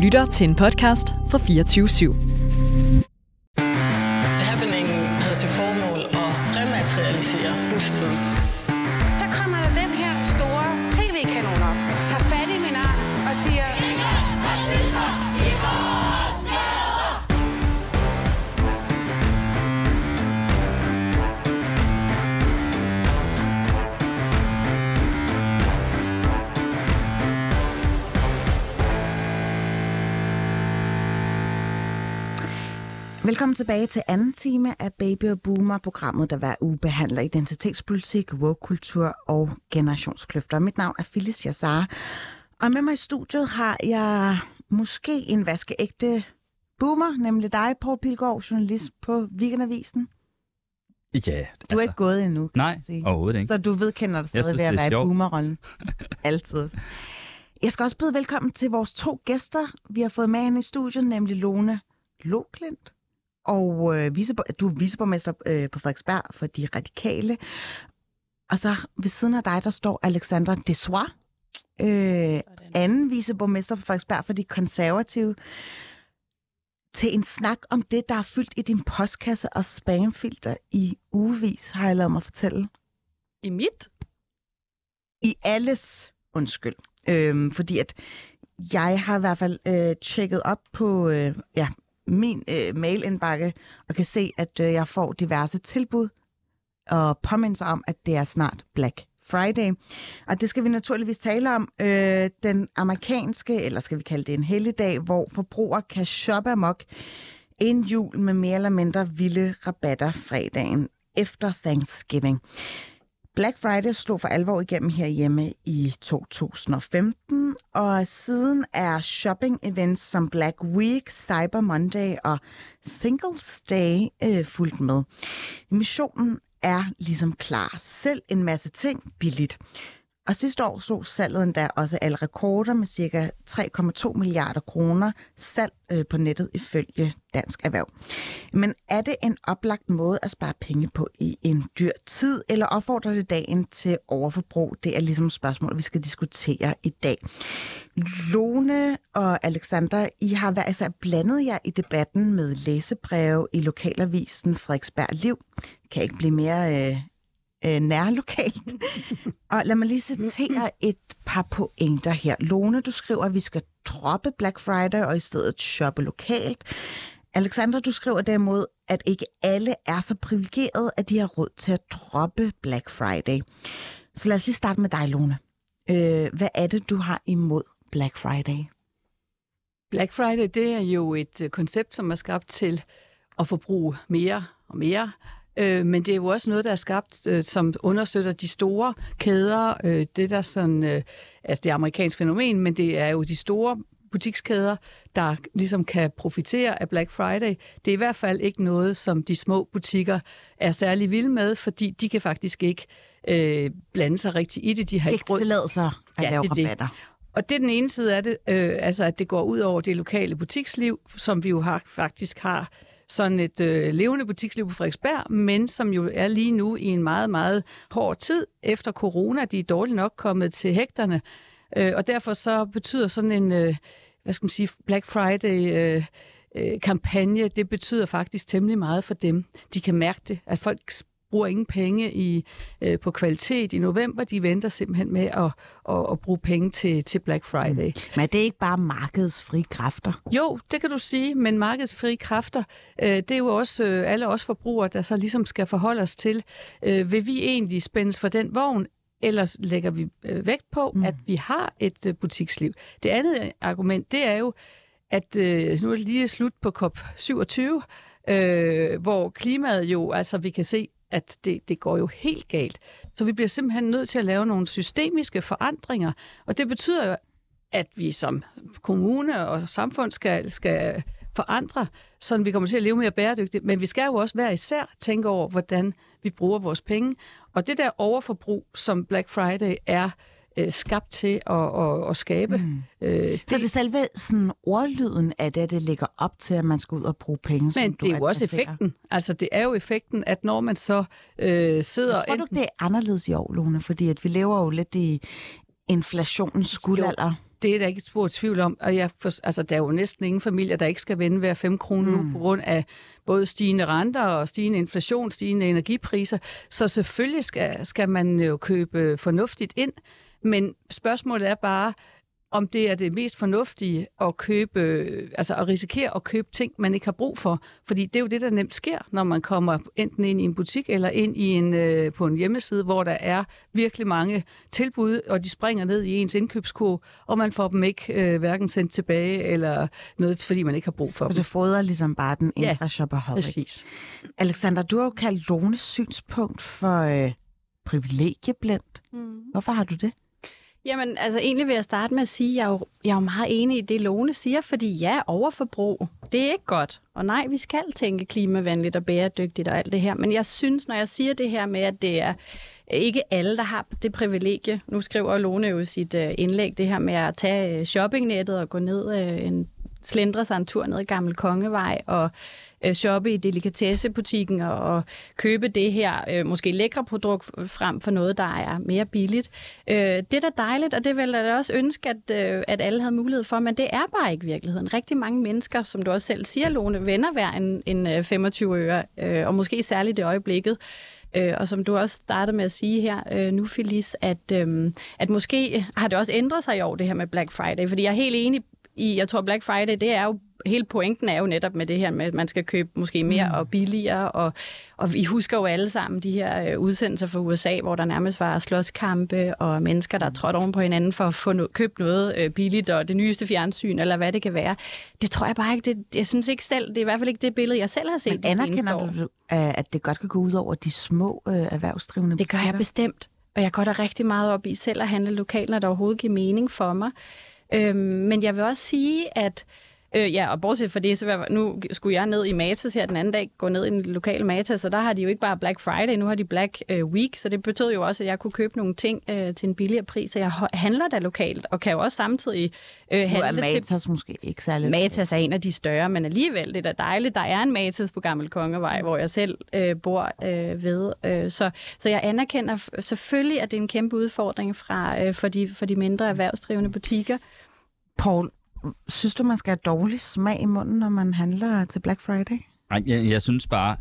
lytter til en podcast fra 24/7. Happeningen havde til formål at rematerialisere busten. Så kommer der den her store tv-kanon op, tager fat i min arm og siger: Ingen racister i vores gader! Velkommen tilbage til anden time af Baby og Boomer, programmet, der hver uge behandler identitetspolitik, woke-kultur og generationskløfter. Mit navn er Phyllis Jassar, og med mig i studiet har jeg måske en vaskeægte boomer, nemlig dig, Poul Pilgaard, journalist på Weekendavisen. Ja. Du er ikke gået endnu, kan nej, man sige. Overhovedet ikke. Så du vedkender dig stadig ved at være i boomerrollen. Altid. Jeg skal også byde velkommen til vores to gæster. Vi har fået med ind i studiet, nemlig Lone Lohklint. Og du er viceborgmester på Frederiksberg for De Radikale. Og så ved siden af dig, der står Alexandra Dessoir, anden viceborgmester på Frederiksberg for De Konservative, til en snak om det, der er fyldt i din postkasse og spamfilter i ugevis, har jeg lavet mig fortælle. I mit? I alles, undskyld. Fordi at jeg har i hvert fald tjekket op på min mailindbakke og kan se, at jeg får diverse tilbud og påmindelser om, at det er snart Black Friday. Og det skal vi naturligvis tale om. Den amerikanske, eller skal vi kalde det en helligdag, hvor forbrugere kan shoppe amok en jul med mere eller mindre vilde rabatter fredagen efter Thanksgiving. Black Friday slog for alvor igennem herhjemme i 2015, og siden er shopping-events som Black Week, Cyber Monday og Singles Day fulgt med. Missionen er ligesom klar. Selv en masse ting billigt. Og sidste år så salget endda også alle rekorder med ca. 3,2 milliarder kroner salg på nettet ifølge Dansk Erhverv. Men er det en oplagt måde at spare penge på i en dyr tid, eller opfordrer det dagen til overforbrug? Det er ligesom et spørgsmål, vi skal diskutere i dag. Lone og Alexander, I har blandet jer i debatten med læsebreve i lokalavisen Frederiksberg Liv. Kan ikke blive mere nærlokalt. Og lad mig lige citere et par pointer her. Lone, du skriver, at vi skal droppe Black Friday og i stedet shoppe lokalt. Alexander, du skriver derimod, at ikke alle er så privilegerede, at de har råd til at droppe Black Friday. Så lad os lige starte med dig, Lone. Hvad er det, du har imod Black Friday? Black Friday, det er jo et koncept, som er skabt til at forbruge mere og mere. Men det er jo også noget, der er skabt, som understøtter de store kæder. Det er sådan, altså det er amerikansk fænomen, men det er jo de store butikskæder, der ligesom kan profitere af Black Friday. Det er i hvert fald ikke noget, som de små butikker er særlig vilde med, fordi de kan faktisk ikke blande sig rigtig i det. De har ikke tillade sig at lave rabatter. Og det er den ene side af det, altså at det går ud over det lokale butiksliv, som vi jo faktisk har sådan et levende butiksliv på Frederiksberg, men som jo er lige nu i en meget, meget hård tid efter corona. De er dårligt nok kommet til hægterne, og derfor så betyder sådan en, Black Friday-kampagne, det betyder faktisk temmelig meget for dem. De kan mærke det, at folk bruger ingen penge på kvalitet i november. De venter simpelthen med at bruge penge til Black Friday. Men det er ikke bare markedsfrie kræfter? Jo, det kan du sige, men markedsfrie kræfter, det er jo også alle os forbrugere, der så ligesom skal forholde os til. Vil vi egentlig spændes for den vogn, ellers lægger vi vægt på, at vi har et butiksliv. Det andet argument, det er jo, at nu er det lige slut på COP27, hvor klimaet jo, altså vi kan se, at det går jo helt galt. Så vi bliver simpelthen nødt til at lave nogle systemiske forandringer, og det betyder jo, at vi som kommune og samfund skal forandre, så vi kommer til at leve mere bæredygtigt. Men vi skal jo også hver især tænke over, hvordan vi bruger vores penge. Og det der overforbrug, som Black Friday er skabt til at skabe. Så det er selve sådan ordlyden af det, det ligger op til, at man skal ud og bruge penge. Men det er jo også effekten. Altså det er jo effekten, at når man så sidder... Jeg tror du, det er anderledes i år, Lone? Fordi at vi lever jo lidt i inflationens guldalder. Det er der ikke et spor tvivl om, og der er jo næsten ingen familier, der ikke skal vende hver 5 kroner nu på grund af både stigende renter og stigende inflation, stigende energipriser. Så selvfølgelig skal man jo købe fornuftigt ind, men spørgsmålet er bare, om det er det mest fornuftige at købe, at risikere at købe ting, man ikke har brug for. Fordi det er jo det, der nemt sker, når man kommer enten ind i en butik eller ind i på en hjemmeside, hvor der er virkelig mange tilbud, og de springer ned i ens indkøbskurve, og man får dem ikke hverken sendt tilbage eller noget, fordi man ikke har brug for dem. Så det fodrer ligesom bare den indre shopaholic. Præcis. Alexandra, du har jo kaldt Lones synspunkt for privilegieblindt. Hvorfor har du det? Jamen, altså egentlig vil jeg starte med at sige, at jeg er jo meget enig i det, Lone siger, fordi ja, overforbrug, det er ikke godt. Og nej, vi skal tænke klimavenligt og bæredygtigt og alt det her. Men jeg synes, når jeg siger det her med, at det er ikke alle, der har det privilegie. Nu skriver Lone jo i sit indlæg det her med at tage shoppingnettet og gå ned, slendre sig en tur ned i Gammel Kongevej og shoppe i delikatessebutikken og købe det her måske lækre produkt frem for noget, der er mere billigt. Det er da dejligt, og det vil jeg da også ønske, at alle havde mulighed for, men det er bare ikke virkeligheden. Rigtig mange mennesker, som du også selv siger, Lone, vender hver en 25 øre, og måske særligt det øjeblikket. Og som du også startede med at sige her nu, Felice, at måske har det også ændret sig i år, det her med Black Friday, fordi jeg er helt enig jeg tror Black Friday, det er jo hele pointen er jo netop med det her med, at man skal købe måske mere og billigere, og vi husker jo alle sammen de her udsendelser fra USA, hvor der nærmest var slåskampe og mennesker, der trådte oven på hinanden for at få købt noget billigt, og det nyeste fjernsyn, eller hvad det kan være. Det tror jeg bare ikke, jeg synes ikke selv, det er i hvert fald ikke det billede, jeg selv har set. Men anerkender du, at det godt kan gå ud over de små erhvervsdrivende? Det gør jeg bestemt, og jeg går da rigtig meget op i selv at handle lokalt, når der overhovedet giver mening for mig. Men jeg vil også sige, at og bortset fra det, så nu skulle jeg ned i Matas her den anden dag, gå ned i en lokal Matas, og der har de jo ikke bare Black Friday, nu har de Black Week, så det betød jo også, at jeg kunne købe nogle ting til en billigere pris, så jeg handler da lokalt, og kan jo også samtidig handle til... Nu er Matas måske ikke særlig... Matas er en af de større, men alligevel, det er da dejligt. Der er en Matas på Gammel Kongevej, hvor jeg selv bor ved. Så jeg anerkender selvfølgelig, at det er en kæmpe udfordring for de mindre erhvervsdrivende butikker. Paul, synes du, man skal have dårlig smag i munden, når man handler til Black Friday? Nej, jeg synes bare,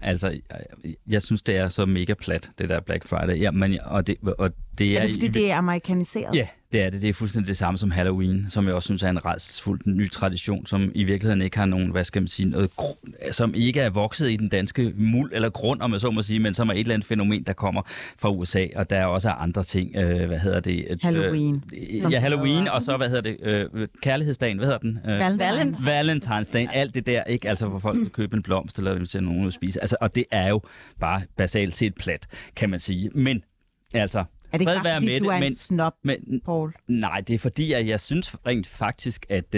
jeg synes, det er så mega plat, det der Black Friday. Ja, men, og det er det fordi, det er amerikaniseret? Ja, det er det. Det er fuldstændig det samme som Halloween, som jeg også synes er en rædselsfuld ny tradition, som i virkeligheden ikke har nogen, hvad skal man sige, noget som ikke er vokset i den danske muld eller grund, om jeg så må sige, men som er et eller andet fænomen, der kommer fra USA, og der er også andre ting. Halloween. Halloween, og så, kærlighedsdagen, hvad hedder den? Valentinsdagen, alt det der, ikke? Altså, hvor folk kan købe en blomst, eller vil til nogen at spise. Altså, og det er jo bare basalt set plat, kan man sige. Men, altså... Er det ikke bare, fordi du er en snob, Paul? Nej, det er fordi, at jeg synes rent faktisk, at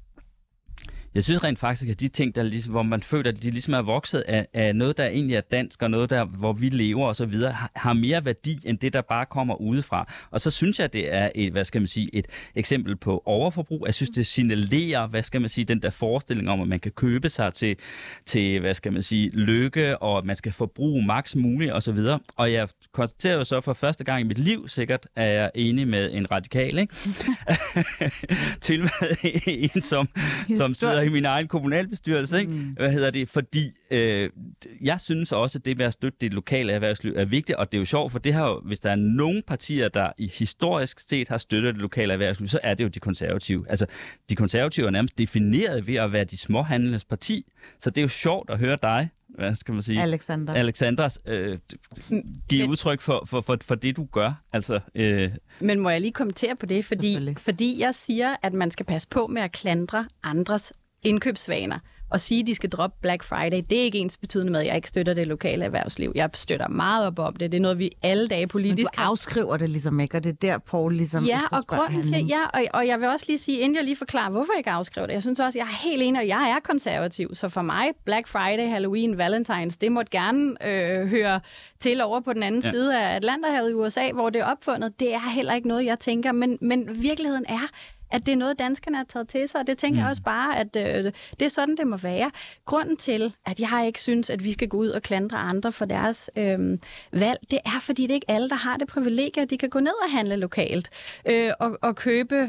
de ting, der ligesom, hvor man føler, at de ligesom er vokset af noget, der egentlig er dansk, og noget, der, hvor vi lever og så videre, har mere værdi, end det, der bare kommer udefra. Og så synes jeg, det er et eksempel på overforbrug. Jeg synes, det signalerer, den der forestilling om, at man kan købe sig til lykke, og at man skal forbruge maks muligt og så videre. Og jeg konstaterer jo så for første gang i mit liv, sikkert er jeg enig med en radikal, ikke? Til en, som sidder i min egen kommunalbestyrelse, ikke? Fordi jeg synes også, at det med at støtte det lokale erhvervsliv er vigtigt, og det er jo sjovt, for det har jo, hvis der er nogen partier, der i historisk set har støttet det lokale erhvervsliv, så er det jo de konservative. Altså, de konservative er nærmest defineret ved at være de småhandlendes parti, så det er jo sjovt at høre dig, hvad skal man sige? Alexandras give udtryk for det, du gør. Altså, Men må jeg lige kommentere på det, fordi jeg siger, at man skal passe på med at klandre andres indkøbsvaner og sige, at de skal droppe Black Friday. Det er ikke ens betydende med, at jeg ikke støtter det lokale erhvervsliv. Jeg støtter meget op om det. Det er noget, vi alle dage politisk... Men du afskriver det ligesom ikke, og det er der, Paul ligesom... Ja, og grunden til... Ja, og jeg vil også lige sige, inden jeg lige forklarer, hvorfor jeg ikke afskriver det. Jeg synes også, jeg er helt enig, og jeg er konservativ. Så for mig, Black Friday, Halloween, Valentines, det måtte gerne høre til over på den anden side af Atlanterhavet i USA, hvor det er opfundet. Det er heller ikke noget, jeg tænker. Men virkeligheden er, at det er noget, danskerne har taget til sig, og det tænker jeg også bare, at det er sådan, det må være. Grunden til, at jeg ikke synes, at vi skal gå ud og klandre andre for deres valg, det er, fordi det er ikke alle, der har det privilegie, at de kan gå ned og handle lokalt og købe,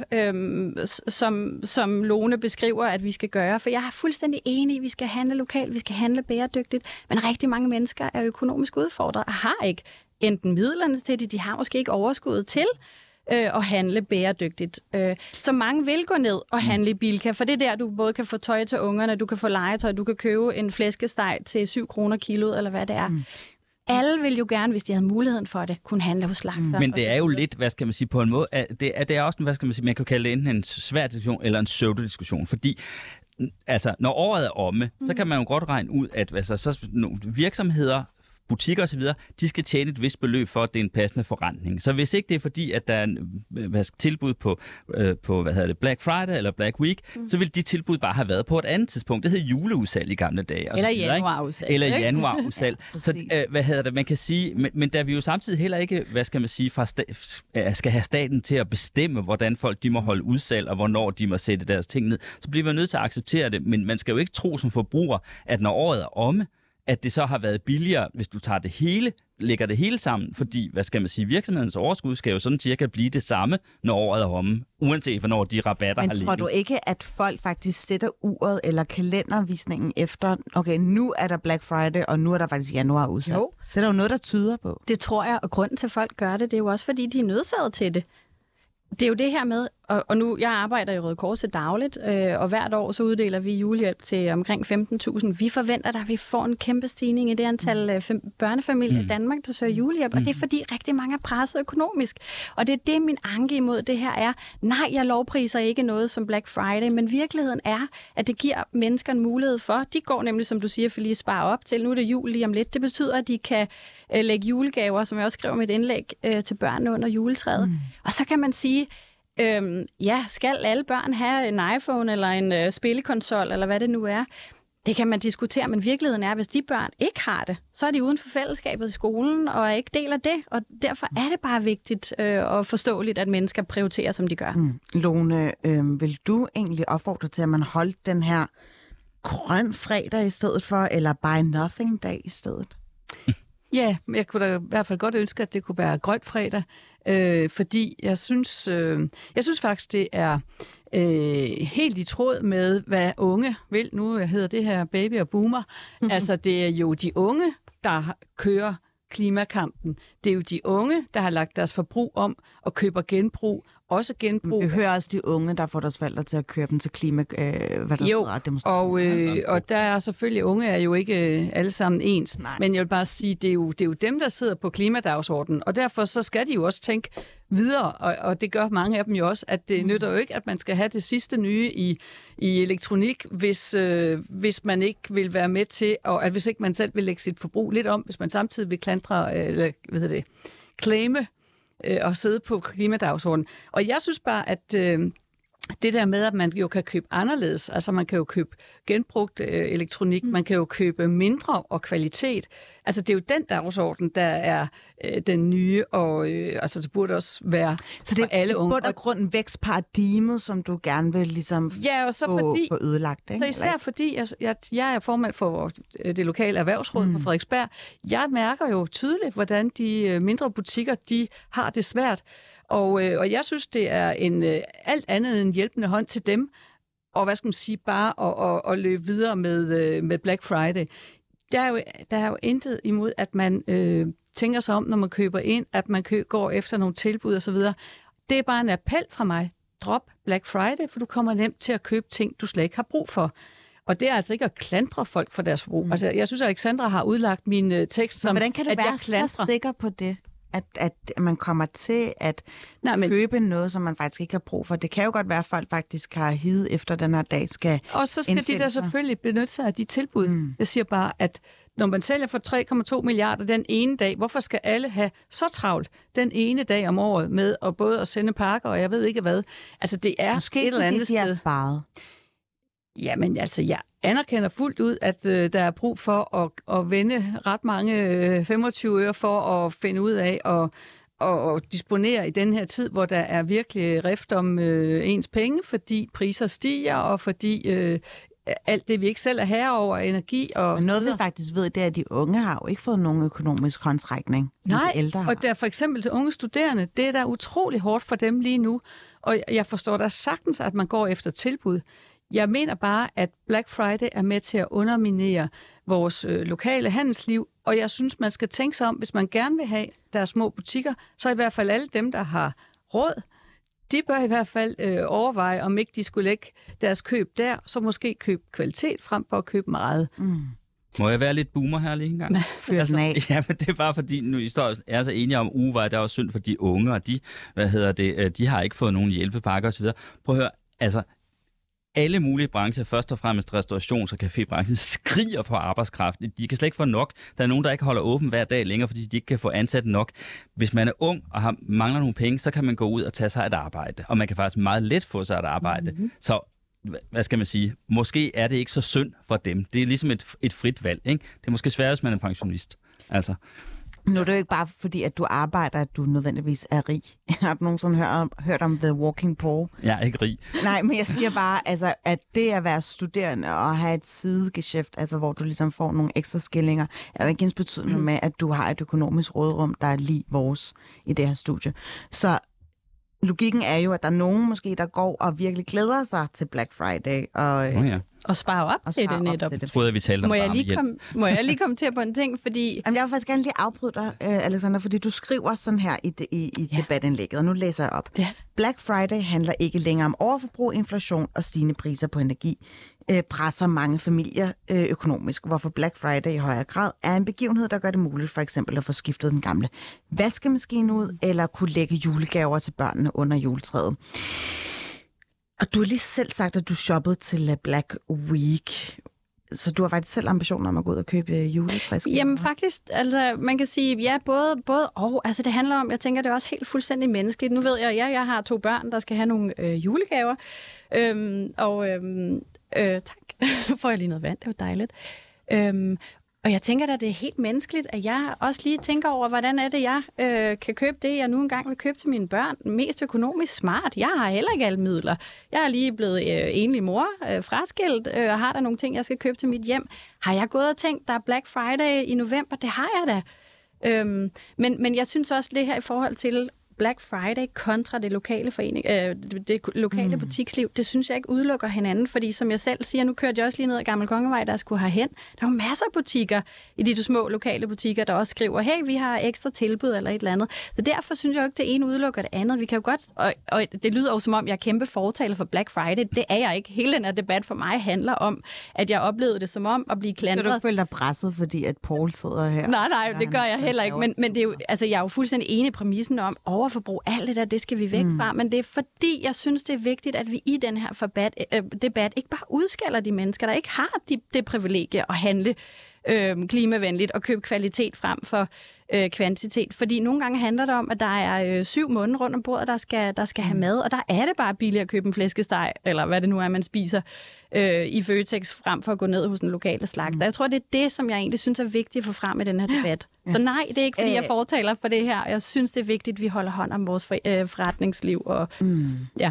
som Lone beskriver, at vi skal gøre. For jeg er fuldstændig enig i, at vi skal handle lokalt, vi skal handle bæredygtigt, men rigtig mange mennesker er økonomisk udfordret og har ikke enten midlerne til det, de har måske ikke overskuddet til at handle bæredygtigt. Så mange vil gå ned og handle i Bilka, for det er der, du både kan få tøj til ungerne, du kan få legetøj, du kan købe en flæskesteg til 7 kroner kiloet, eller hvad det er. Alle vil jo gerne, hvis de havde muligheden for det, kunne handle hos slagter. Men det er jo lidt, hvad skal man sige, på en måde, det er også, hvad skal man sige, man kan kalde det enten en svær diskussion eller en pseudo-diskussion, fordi altså, når året er omme, så kan man jo godt regne ud, at altså, så virksomheder, butikker osv., de skal tjene et vist beløb for, at det er en passende forrentning. Så hvis ikke det er fordi, at der er en tilbud på Black Friday eller Black Week, så vil de tilbud bare have været på et andet tidspunkt. Det hed juleudsalg i gamle dage. Eller januarudsalg. Eller januarudsalg. Så man kan sige, men da vi jo samtidig heller ikke, hvad skal man sige, skal have staten til at bestemme, hvordan folk de må holde udsalg, og hvornår de må sætte deres ting ned, så bliver man nødt til at acceptere det. Men man skal jo ikke tro som forbruger, at når året er omme, at det så har været billigere, hvis du tager det hele, lægger det hele sammen, fordi, hvad skal man sige, virksomhedens overskud skal jo sådan cirka blive det samme, når året er omme, uanset hvornår de rabatter har ligget. Men tror du ikke, at folk faktisk sætter uret eller kalendervisningen efter, okay, nu er der Black Friday, og nu er der faktisk januar udsalg? Jo. Det er der jo noget, der tyder på. Det tror jeg, og grunden til, at folk gør det, det er jo også, fordi de er nødsaget til det. Det er jo det her med, og nu, jeg arbejder i Røde Kors til dagligt, og hvert år så uddeler vi julehjælp til omkring 15.000. Vi forventer, at vi får en kæmpe stigning i det antal børnefamilier i Danmark, der søger julehjælp, og det er fordi rigtig mange er presset økonomisk. Og det er det, min anke imod det her er. Nej, jeg lovpriser ikke noget som Black Friday, men virkeligheden er, at det giver mennesker en mulighed for. De går nemlig, som du siger, for lige at spare op til. Nu er det jul lige om lidt. Det betyder, at de kan lægge julegaver, som jeg også skrev i mit indlæg, til børnene under juletræet. Og så kan man sige, skal alle børn have en iPhone eller en spillekonsol, eller hvad det nu er? Det kan man diskutere, men virkeligheden er, at hvis de børn ikke har det, så er de uden for fællesskabet i skolen og ikke deler det, og derfor er det bare vigtigt og forståeligt, at mennesker prioriterer, som de gør. Lone, vil du egentlig opfordre til, at man holdt den her grøn fredag i stedet for, eller buy nothing dag i stedet? Ja, jeg kunne da i hvert fald godt ønske, at det kunne være grøn fredag, fordi jeg synes faktisk, det er helt i tråd med, hvad unge vil. Nu hedder det her baby og boomer. Altså, det er jo de unge, der kører klimakampen. Det er jo de unge, der har lagt deres forbrug om og køber genbrug. Også genbrug. Vi hører også de unge, der får deres forældre til at køre dem til demonstrationer. Og der er selvfølgelig, unge er jo ikke alle sammen ens. Nej. Men jeg vil bare sige, det er jo dem, der sidder på klimadagsordenen. Og derfor så skal de jo også tænke videre, og det gør mange af dem jo også, at det nytter jo ikke, at man skal have det sidste nye i elektronik, hvis man ikke vil være med til, og at hvis ikke man selv vil lægge sit forbrug lidt om, hvis man samtidig vil claime og sidde på klimadagsordenen. Og jeg synes bare, at det der med, at man jo kan købe anderledes, altså man kan jo købe genbrugt elektronik, man kan jo købe mindre og kvalitet. Altså det er jo den dagsorden, der er den nye, og altså det burde også være så det for alle unge. Så det er grunden vækstparadigmet, som du gerne vil ligesom få ødelagt, ikke? Så især fordi, jeg er formand for det lokale erhvervsråd på Frederiksberg. Jeg mærker jo tydeligt, hvordan de mindre butikker, de har det svært. Og jeg synes, det er en alt andet end hjælpende hånd til dem, og hvad skal man sige, bare at løbe videre med Black Friday. Der er jo intet imod, at man tænker sig om, når man køber ind, at man går efter nogle tilbud osv. Det er bare en appel fra mig. Drop Black Friday, for du kommer nemt til at købe ting, du slet ikke har brug for. Og det er altså ikke at klandre folk for deres brug. Altså, jeg synes, at Alexandra har udlagt min tekst som, hvordan kan du være så sikker på det? At man kommer til at købe noget, som man faktisk ikke har brug for. Det kan jo godt være, at folk faktisk har higet efter den her dag skal. Og så skal de da selvfølgelig benytte sig af de tilbud. Jeg siger bare, at når man sælger for 3,2 milliarder den ene dag, hvorfor skal alle have så travlt den ene dag om året med både at sende pakker, og jeg ved ikke hvad. Altså det er måske et eller andet sted. Måske fordi de har sparet. Jamen altså, jeg anerkender fuldt ud, at der er brug for at vende ret mange 25 øre for at finde ud af at disponere i den her tid, hvor der er virkelig rift om ens penge, fordi priser stiger, og fordi alt det, vi ikke selv er herre over, energi og... Men noget, vi faktisk ved, det er, at de unge har jo ikke fået nogen økonomisk håndsrækning, som Nej, de ældre har. Og der for eksempel til unge studerende, det er da utrolig hårdt for dem lige nu. Og jeg forstår da sagtens, at man går efter tilbud. Jeg mener bare, at Black Friday er med til at underminere vores lokale handelsliv, og jeg synes, man skal tænke sig om, hvis man gerne vil have deres små butikker, så i hvert fald alle dem, der har råd, de bør i hvert fald overveje, om ikke de skulle lægge deres køb der, så måske købe kvalitet frem for at købe meget. Må jeg være lidt boomer her lige en gang? Fyr den af. Ja, men det er bare fordi, nu I er så enige om ugevej, der er også synd for de unge, og de har ikke fået nogen hjælpepakker osv. Prøv at høre, altså alle mulige brancher, først og fremmest restaurations- og cafébranchen, skriger på arbejdskraft. De kan slet ikke få nok. Der er nogen, der ikke holder åben hver dag længere, fordi de ikke kan få ansat nok. Hvis man er ung og mangler nogle penge, så kan man gå ud og tage sig et arbejde. Og man kan faktisk meget let få sig et arbejde. Mm-hmm. Så hvad skal man sige? Måske er det ikke så synd for dem. Det er ligesom et frit valg, ikke? Det er måske svært, hvis man er pensionist. Altså. Nu er det jo ikke bare fordi, at du arbejder, at du nødvendigvis er rig. Har du nogensinde hørt om The Walking Poor? Jeg er ikke rig. Nej, men jeg siger bare, altså, at det at være studerende og have et sidegeschæft, altså hvor du ligesom får nogle ekstra skillinger, er jo ikke ensbetydende med, at du har et økonomisk råderum, der er lige vores i det her studie. Så logikken er jo, at der er nogen måske, der går og virkelig glæder sig til Black Friday. Og spare op til det netop. Jeg troede, at vi talte om Må jeg lige komme til på en ting, fordi... Jamen, jeg vil faktisk gerne lige afbryde dig, Alexander, fordi du skriver sådan her i debatindlægget, og nu læser jeg op. Ja. Black Friday handler ikke længere om overforbrug, inflation og stigende priser på energi. Presser mange familier økonomisk, hvorfor Black Friday i højere grad er en begivenhed, der gør det muligt for eksempel at få skiftet den gamle vaskemaskine ud, eller kunne lægge julegaver til børnene under juletræet. Og du har lige selv sagt, at du shoppede til Black Week. Så du har faktisk selv ambitioner om at gå ud og købe juletræsskiver? Jamen faktisk, altså man kan sige, ja, både og. Altså det handler om, jeg tænker, det er også helt fuldstændig menneskeligt. Nu ved jeg har 2 børn, der skal have nogle julegaver. Tak. Får jeg lige noget vand, det var dejligt. Og jeg tænker da, det er helt menneskeligt, at jeg også lige tænker over, hvordan er det, jeg kan købe det, jeg nu engang vil købe til mine børn. Mest økonomisk smart. Jeg har heller ikke alle midler. Jeg er lige blevet enlig mor, fraskilt, og har der nogle ting, jeg skal købe til mit hjem. Har jeg gået og tænkt, der er Black Friday i november? Det har jeg da. Men jeg synes også, det her i forhold til Black Friday kontra det lokale det lokale butiksliv, det synes jeg ikke udelukker hinanden, fordi som jeg selv siger, nu kørte jeg også lige ned ad Gammel Kongevej, der skulle herhen. Der er jo masser af butikker i de små lokale butikker, der også skriver, hey, vi har ekstra tilbud eller et eller andet. Så derfor synes jeg jo ikke, det ene udelukker det andet. Vi kan jo godt, og det lyder jo som om, jeg er kæmpe fortaler for Black Friday. Det er jeg ikke. Hele den her debat for mig handler om, at jeg oplevede det som om at blive klandret. Skal du føle dig presset, fordi at Paul sidder her? Nej, det gør jeg heller ikke. Men det er jo, altså, jeg er jo fuldstændig enig i præmissen om overforbrug. Alt det der, det skal vi væk fra. Men det er fordi, jeg synes, det er vigtigt, at vi i den her debat ikke bare udskælder de mennesker, der ikke har det privilegie at handle klimavenligt og købe kvalitet frem for kvantitet. Fordi nogle gange handler det om, at der er 7 måneder rundt om bordet, der skal have mad, og der er det bare billigt at købe en flæskesteg, eller hvad det nu er, man spiser i Føtex, frem for at gå ned hos den lokale slagter. Jeg tror, det er det, som jeg egentlig synes er vigtigt at få frem i den her debat. Ja. Så nej, det er ikke, fordi jeg fortaler for det her. Jeg synes, det er vigtigt, at vi holder hånd om vores forretningsliv. Og, ja.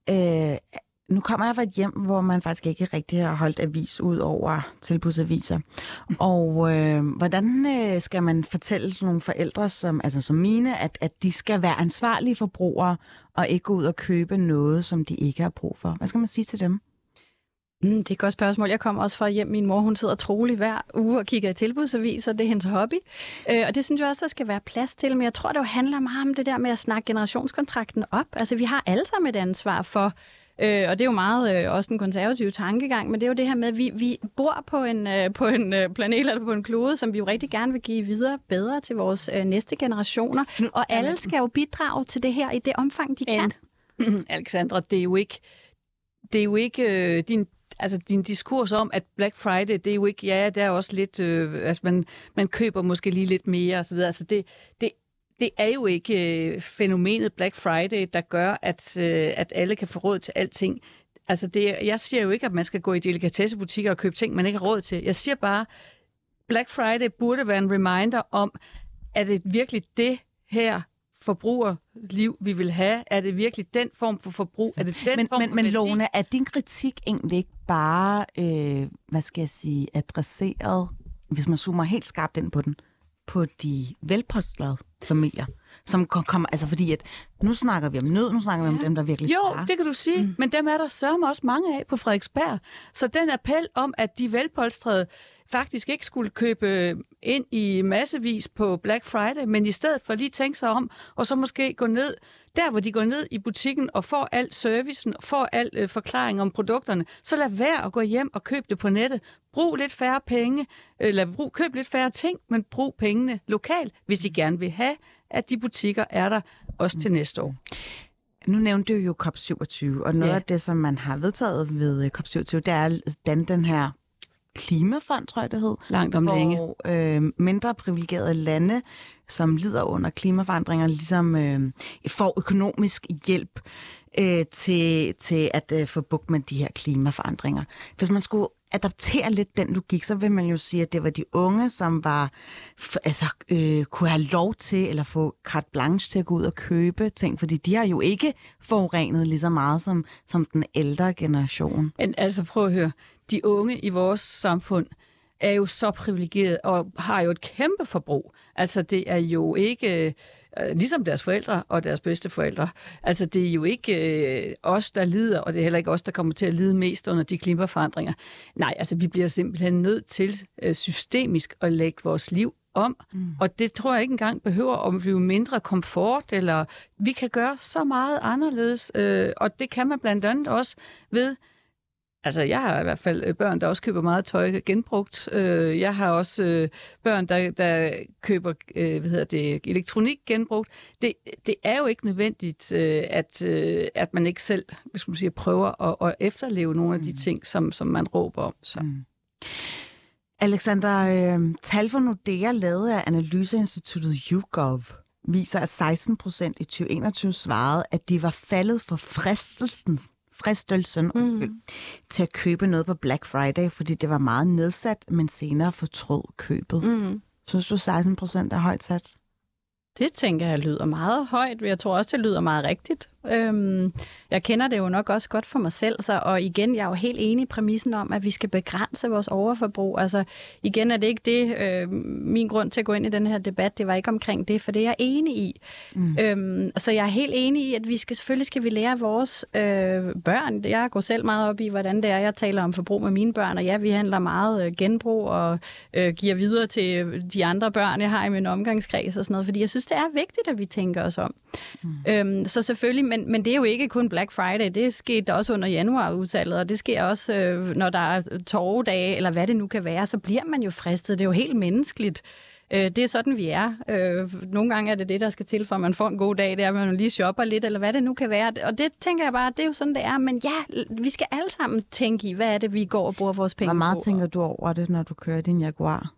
Nu kommer jeg fra et hjem, hvor man faktisk ikke rigtig har holdt avis ud over tilbudsaviser. Og hvordan skal man fortælle sådan nogle forældre, som mine, at de skal være ansvarlige forbrugere og ikke gå ud og købe noget, som de ikke har brug for? Hvad skal man sige til dem? Det er et godt spørgsmål. Jeg kommer også fra hjem. Min mor, hun sidder troligt hver uge og kigger i tilbudsaviser. Det er hendes hobby. Og det synes jeg også, der skal være plads til. Men jeg tror, det jo handler meget om det der med at snakke generationskontrakten op. Altså, vi har alle sammen et ansvar for, og det er jo meget også den konservative tankegang, men det er jo det her med, at vi bor på en planet eller på en klode, som vi jo rigtig gerne vil give videre bedre til vores næste generationer. Og alle skal jo bidrage til det her i det omfang, de kan. Alexandra, det er jo ikke din diskurs om, at Black Friday, det er jo ikke, ja, der er også lidt, man køber måske lige lidt mere og så videre. Altså det er jo ikke fænomenet Black Friday, der gør, at alle kan få råd til alting. Altså jeg siger jo ikke, at man skal gå i delikatessebutikker og købe ting, man ikke har råd til. Jeg siger bare, Black Friday burde være en reminder om, at det virkelig det her forbrugerliv, vi vil have? Er det virkelig den form for forbrug? Er det den form for men værdi? Lone, er din kritik egentlig ikke bare, adresseret, hvis man zoomer helt skarpt ind på den, på de velpostlede familier, som kommer, altså fordi at nu snakker vi om nød, nu snakker vi om dem, der virkelig sparer. Jo, det kan du sige, men dem er der sørme også mange af på Frederiksberg. Så den appel om, at de velpolstrede faktisk ikke skulle købe ind i massevis på Black Friday, men i stedet for lige tænke sig om, og så måske gå ned, der hvor de går ned i butikken og får al servicen, og får al forklaring om produkterne, så lad være at gå hjem og købe det på nettet. Brug lidt færre penge, eller køb lidt færre ting, men brug pengene lokalt, hvis I gerne vil have, at de butikker er der også til næste år. Nu nævnte du jo COP27, og noget af det, som man har vedtaget ved COP27, det er den her klimafond, tror jeg det hed. Langt om længe. Hvor mindre privilegerede lande, som lider under klimaforandringer, ligesom får økonomisk hjælp til at få bugt med de her klimaforandringer. Hvis man skulle adaptere lidt den logik, så vil man jo sige, at det var de unge, som kunne have lov til, eller få carte blanche til at gå ud og købe ting, fordi de har jo ikke forurenet lige så meget som den ældre generation. Men altså prøv at høre, de unge i vores samfund er jo så privilegeret og har jo et kæmpe forbrug. Altså det er jo ikke ligesom deres forældre og deres bedsteforældre. Altså det er jo ikke os, der lider, og det er heller ikke os, der kommer til at lide mest under de klimaforandringer. Nej, altså vi bliver simpelthen nødt til systemisk at lægge vores liv om, og det tror jeg ikke engang behøver at blive mindre komfort, eller vi kan gøre så meget anderledes, og det kan man blandt andet også ved. Altså, jeg har i hvert fald børn, der også køber meget tøj genbrugt. Jeg har også børn, der køber elektronik genbrugt. Det er jo ikke nødvendigt, at man ikke selv, hvis man siger, prøver at efterleve nogle af de ting, som man råber om. Så. Alexander, tal for Nordea lavet af analyseinstituttet YouGov viser, at 16% i 2021 svarede, at de var faldet for fristelsen til at købe noget på Black Friday, fordi det var meget nedsat, men senere fortrød købet. Synes du 16% er højt sat? Det tænker jeg lyder meget højt. Jeg tror også, det lyder meget rigtigt. Jeg kender det jo nok også godt for mig selv, og igen, jeg er jo helt enig i præmissen om, at vi skal begrænse vores overforbrug. Altså igen er det ikke det, min grund til at gå ind i den her debat, det var ikke omkring det, for det er jeg enig i. Så jeg er helt enig i, at selvfølgelig skal vi lære vores børn. Jeg går selv meget op i, hvordan det er, jeg taler om forbrug med mine børn, og ja, vi handler meget genbrug og giver videre til de andre børn, jeg har i min omgangskreds og sådan noget, fordi jeg synes, det er vigtigt, at vi tænker os om. Så selvfølgelig, men det er jo ikke kun Black Friday, det skete også under januarudsalget, og det sker også, når der er torvedage, eller hvad det nu kan være, så bliver man jo fristet. Det er jo helt menneskeligt. Det er sådan, vi er. Nogle gange er det det, der skal til, for at man får en god dag, det er, at man lige shopper lidt, eller hvad det nu kan være. Og det tænker jeg bare, det er jo sådan, det er. Men ja, vi skal alle sammen tænke i, hvad er det, vi går og bruger vores penge på. Hvor meget tænker du over det, når du kører din Jaguar?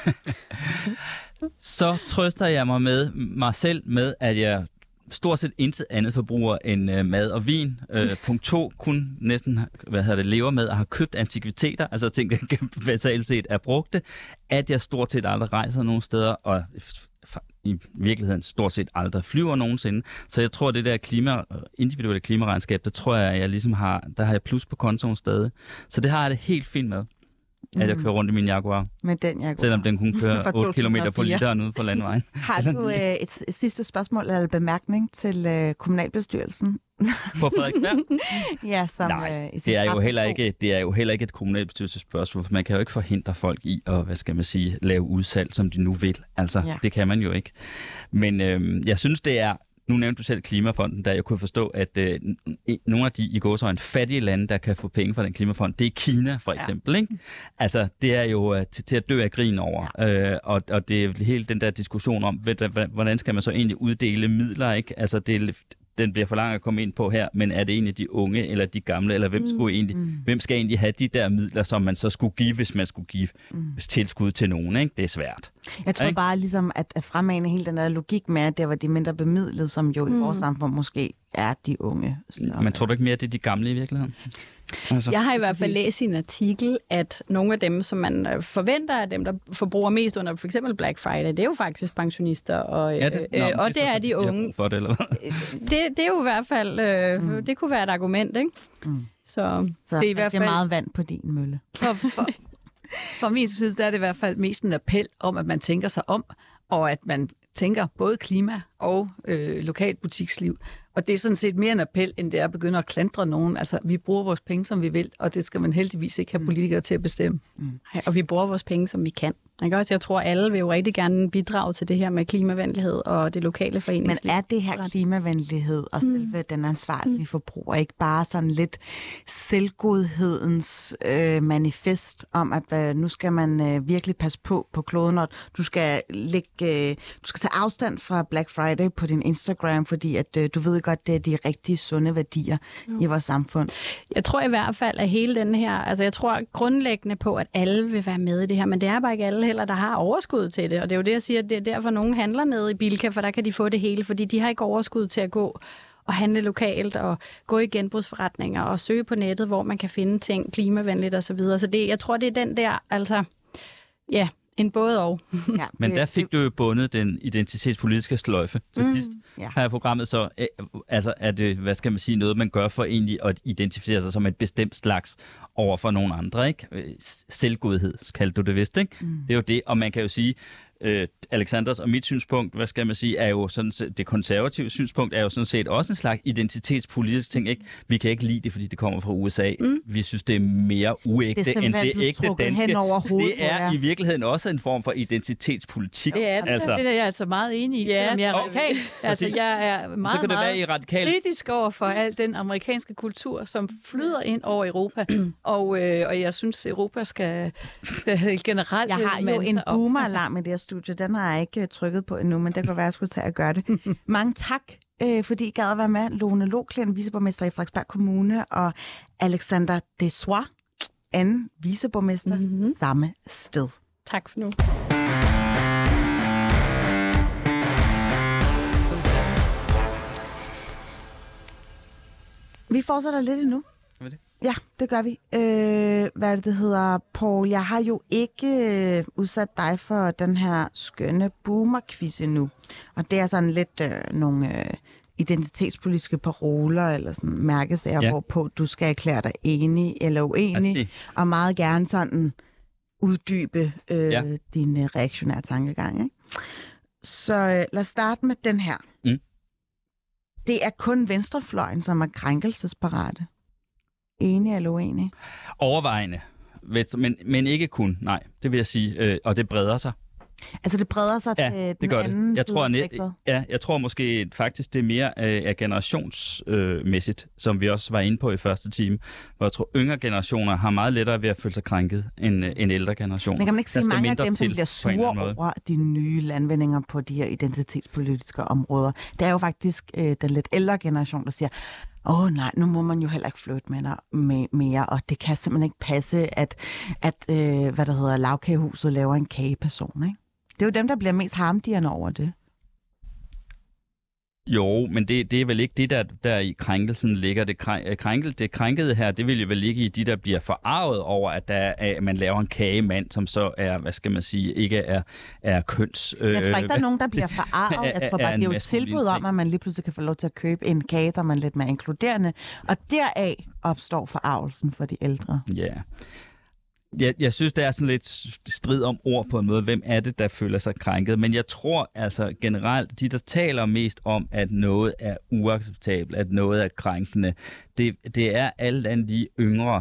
Så trøster jeg mig selv med, at jeg stort set intet andet forbruger end mad og vin. Punkt 2, kun næsten lever med at have købt antikviteter, altså ting, der basalt set er brugte, at jeg stort set aldrig rejser nogen steder, og i virkeligheden stort set aldrig flyver nogensinde. Så jeg tror, det der individuelle klimaregnskab, der tror jeg ligesom der har jeg plus på kontoen stadig. Så det har jeg det helt fint med, at jeg kører rundt i min Jaguar. Med den Jaguar. Selvom den kunne køre 8 km på literen ude på landvejen. Har du et sidste spørgsmål eller bemærkning til kommunalbestyrelsen? På Frederiksberg? Ja, som nej, det er jo heller ikke et kommunalbestyrelsesspørgsmål, for man kan jo ikke forhindre folk i at, lave udsalg, som de nu vil. Altså, det kan man jo ikke. Men jeg synes, det er. Nu nævnte du selv Klimafonden, der jeg kunne forstå, at nogle af de i gåseøjne fattige lande, der kan få penge fra den klimafond, det er Kina for eksempel. Ikke? Altså, det er jo til at dø af grin over. Og det er hele den der diskussion om, hvordan skal man så egentlig uddele midler? Ikke? Altså, den bliver for lang at komme ind på her, men er det egentlig de unge eller de gamle, eller hvem skal egentlig have de der midler, som man så skulle give, hvis man skulle give tilskud til nogen? Ikke? Det er svært. Jeg tror bare ligesom, at fremmane hele den der logik med, at det var de mindre bemidlede, som jo i vores samfund måske er de unge. Men tror du ikke mere, at det er de gamle i virkeligheden? Altså, Jeg har i hvert fald læst i en artikel, at nogle af dem, som man forventer af dem, der forbruger mest under for eksempel Black Friday, det er jo faktisk pensionister, og det er de unge. For det, eller hvad? Det er jo i hvert fald, det kunne være et argument, ikke? Så Så Det er i hvert det fald- er meget vand på din mølle. For min side der er det i hvert fald mest en appel om, at man tænker sig om, og at man tænker både klima og lokalt butiksliv. Og det er sådan set mere en appel, end det er at begynde at klandre nogen. Altså, vi bruger vores penge, som vi vil, og det skal man heldigvis ikke have politikere til at bestemme. ja, og vi bruger vores penge, som vi kan. Jeg tror, alle vil jo rigtig gerne bidrage til det her med klimavenlighed og det lokale Men foreningsliv. er det her klimavenlighed og selve den ansvarlige forbruger ikke bare sådan lidt selvgodhedens manifest om, at nu skal man virkelig passe på kloden, og du skal tage afstand fra Black Friday på din Instagram, fordi at du ved godt, det er de rigtige sunde værdier i vores samfund. Jeg tror i hvert fald, at hele den her, altså jeg tror grundlæggende på, at alle vil være med i det her, men det er bare ikke alle heller, der har overskud til det. Og det er jo det, jeg siger, at det er derfor, nogen handler nede i Bilka, for der kan de få det hele, fordi de har ikke overskud til at gå og handle lokalt og gå i genbrugsforretninger og søge på nettet, hvor man kan finde ting klimavenligt osv. Så det, jeg tror, det er den der, altså, ja, en både og. Ja, Men der fik du jo bundet den identitetspolitiske sløjfe til sidst ja. her i programmet, så altså er det, hvad skal man sige, noget man gør for egentlig at identificere sig som et bestemt slags over for nogle andre, ikke? Selvgodhed, kaldte du det vist, ikke? Det er jo det, og man kan jo sige, Alexanders og mit synspunkt, hvad skal man sige, er jo sådan set, det konservative synspunkt er jo sådan set også en slags identitetspolitisk ting, ikke? Vi kan ikke lide det, fordi det kommer fra USA. Vi synes, det er mere uægte end det ægte danske. Det er i virkeligheden også en form for identitetspolitik. Det er det. Altså, Det er jeg altså meget enig i, selvom jeg er radikal. Altså, jeg er meget, så kan det være i radikal. kritisk over for al den amerikanske kultur, som flyder ind over Europa. Og jeg synes, Europa skal generelt... Jeg har jo en boomer-alarm i det her studie. Den har jeg ikke trykket på endnu, men det kan være, at jeg skulle tage at gøre det. Mange tak, fordi I gad at være med. Lone Loklen, viceborgmester i Frederiksberg Kommune, og Alexander Dessois, anden viceborgmester, samme sted. Tak for nu. Vi fortsætter lidt endnu. Ja, det gør vi. Hvad det hedder, Poul? Jeg har jo ikke udsat dig for den her skønne boomer-quiz endnu. Og det er sådan lidt nogle identitetspolitiske paroler eller sådan mærkesager, hvorpå du skal erklære dig enig eller uenig, og meget gerne sådan uddybe din reaktionære tankegang. Ikke? Så lad os starte med den her. Det er kun venstrefløjen, som er krænkelsesparate. Enig eller uenig? Overvejende, men ikke kun, nej, det vil jeg sige, og det breder sig. Altså det breder sig til den anden side. Jeg tror måske faktisk, det er mere generationsmæssigt, som vi også var inde på i første time, hvor jeg tror, yngre generationer har meget lettere ved at føle sig krænket end ældre generationer. Men kan man ikke sige, mange af dem, som bliver sure over de nye landvindinger på de her identitetspolitiske områder, det er jo faktisk den lidt ældre generation, der siger, nej, nu må man jo heller ikke flytte med mere, og det kan simpelthen ikke passe, at Lagkagehuset laver en kageperson, ikke? Det er jo dem, der bliver mest harmdirrende over det. Jo, men det er vel ikke det, der i krænkelsen ligger. Det krænkede her, det vil jo vel ligge i de, der bliver forarvet over, at man laver en kagemand, som så er, hvad skal man sige, ikke er køns... Jeg tror ikke, der er nogen, der bliver forarvet. Jeg tror bare, det er jo et tilbud om, at man lige pludselig kan få lov til at købe en kage, der man lidt mere inkluderende. Og deraf opstår forarvelsen for de ældre. Ja. Jeg synes, der er sådan lidt strid om ord på en måde. Hvem er det, der føler sig krænket? Men jeg tror altså generelt, de der taler mest om, at noget er uacceptabelt, at noget er krænkende, det er alt andet de yngre,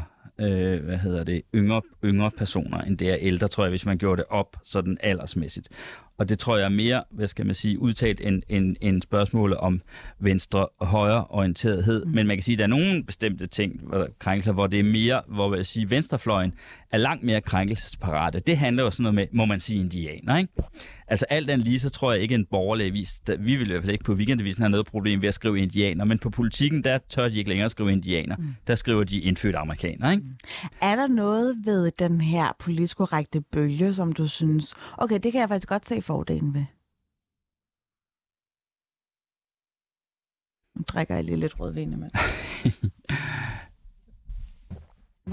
yngre personer, end det er ældre, tror jeg, hvis man gjorde det op sådan aldersmæssigt. Og det tror jeg er mere, hvad skal man sige, udtalt en spørgsmål om venstre- og højreorienterethed. Men man kan sige, at der er nogle bestemte ting, krænkelser, hvor det er mere, hvor jeg sige, venstrefløjen er langt mere krænkelsesparate. Det handler jo sådan noget med, må man sige, indianer, ikke? Altså alt andet lige, så tror jeg ikke en borgerlig avis, vi vil i hvert fald ikke på Weekendavisen have noget problem ved at skrive indianer, men på politikken, der tør de ikke længere skrive indianer. Der skriver de indfødte amerikanere, ikke? Er der noget ved den her politisk korrekte bølge, som du synes, okay, det kan jeg faktisk godt se fordelen ved? Nu drikker jeg lige lidt rødvin med.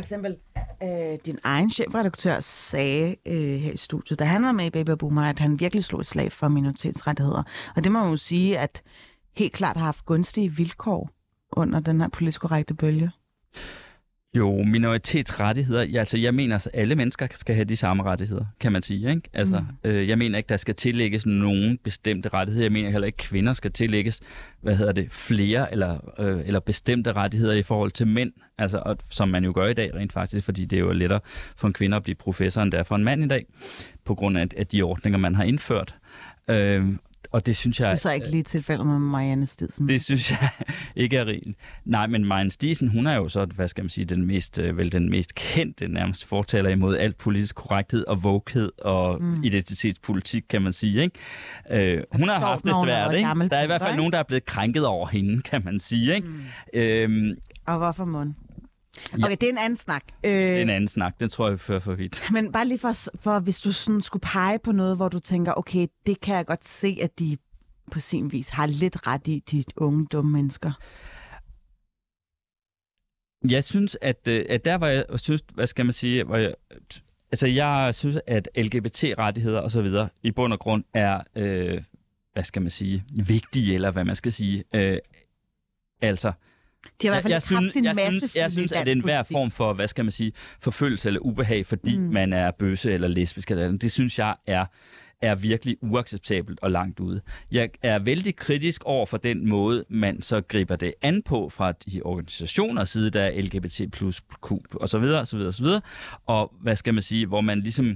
for eksempel din egen chefredaktør sagde her i studiet, da han var med i Baby Boomer, at han virkelig slog et slag for minoritetsrettigheder. Og det må man jo sige, at helt klart har haft gunstige vilkår under den her politisk korrekte bølge. Jo, minoritetsrettigheder. Ja, altså, jeg mener, at alle mennesker skal have de samme rettigheder, kan man sige. Ikke? Altså, jeg mener ikke, der skal tillægges nogen bestemte rettigheder. Jeg mener heller ikke, at kvinder skal tillægges, flere eller bestemte rettigheder i forhold til mænd. Altså, og, som man jo gør i dag rent faktisk, fordi det er jo lettere for en kvinde at blive professor, end det er for en mand i dag, på grund af de ordninger, man har indført. Og det synes jeg... Det er så ikke lige tilfældet med Marianne Stidsen. Det synes jeg ikke er rigeligt. Nej, men Marianne Stidsen, hun er jo så, hvad skal man sige, den mest kendte nærmest fortaler imod alt politisk korrekthed og wokehed og identitetspolitik, kan man sige. Ikke? Hun har haft det svært, ikke? Der er i hvert fald nogen, der er blevet krænket over hende, kan man sige. Ikke? Og hvorfor mund? Okay, det er en anden snak. Det er en anden snak, den tror jeg fører for vidt. Men bare lige for hvis du sådan skulle pege på noget, hvor du tænker, okay, det kan jeg godt se, at de på sin vis har lidt ret i, de unge, dumme mennesker. Jeg synes, at der var jeg synes, hvad skal man sige, jeg synes, at LGBT-rettigheder og så videre i bund og grund er, hvad skal man sige, vigtige, eller hvad man skal sige, altså. De har i hvert fald haft sin masse jeg synes, at enhver form for, hvad skal man sige, forfølgelse eller ubehag, fordi man er bøsse eller lesbisk eller andet, det synes jeg er virkelig uacceptabelt og langt ude. Jeg er vældig kritisk over for den måde, man så griber det an på fra de organisationers side, der er LGBT+, Q og så videre, og så videre, og så videre. Og hvad skal man sige, hvor man ligesom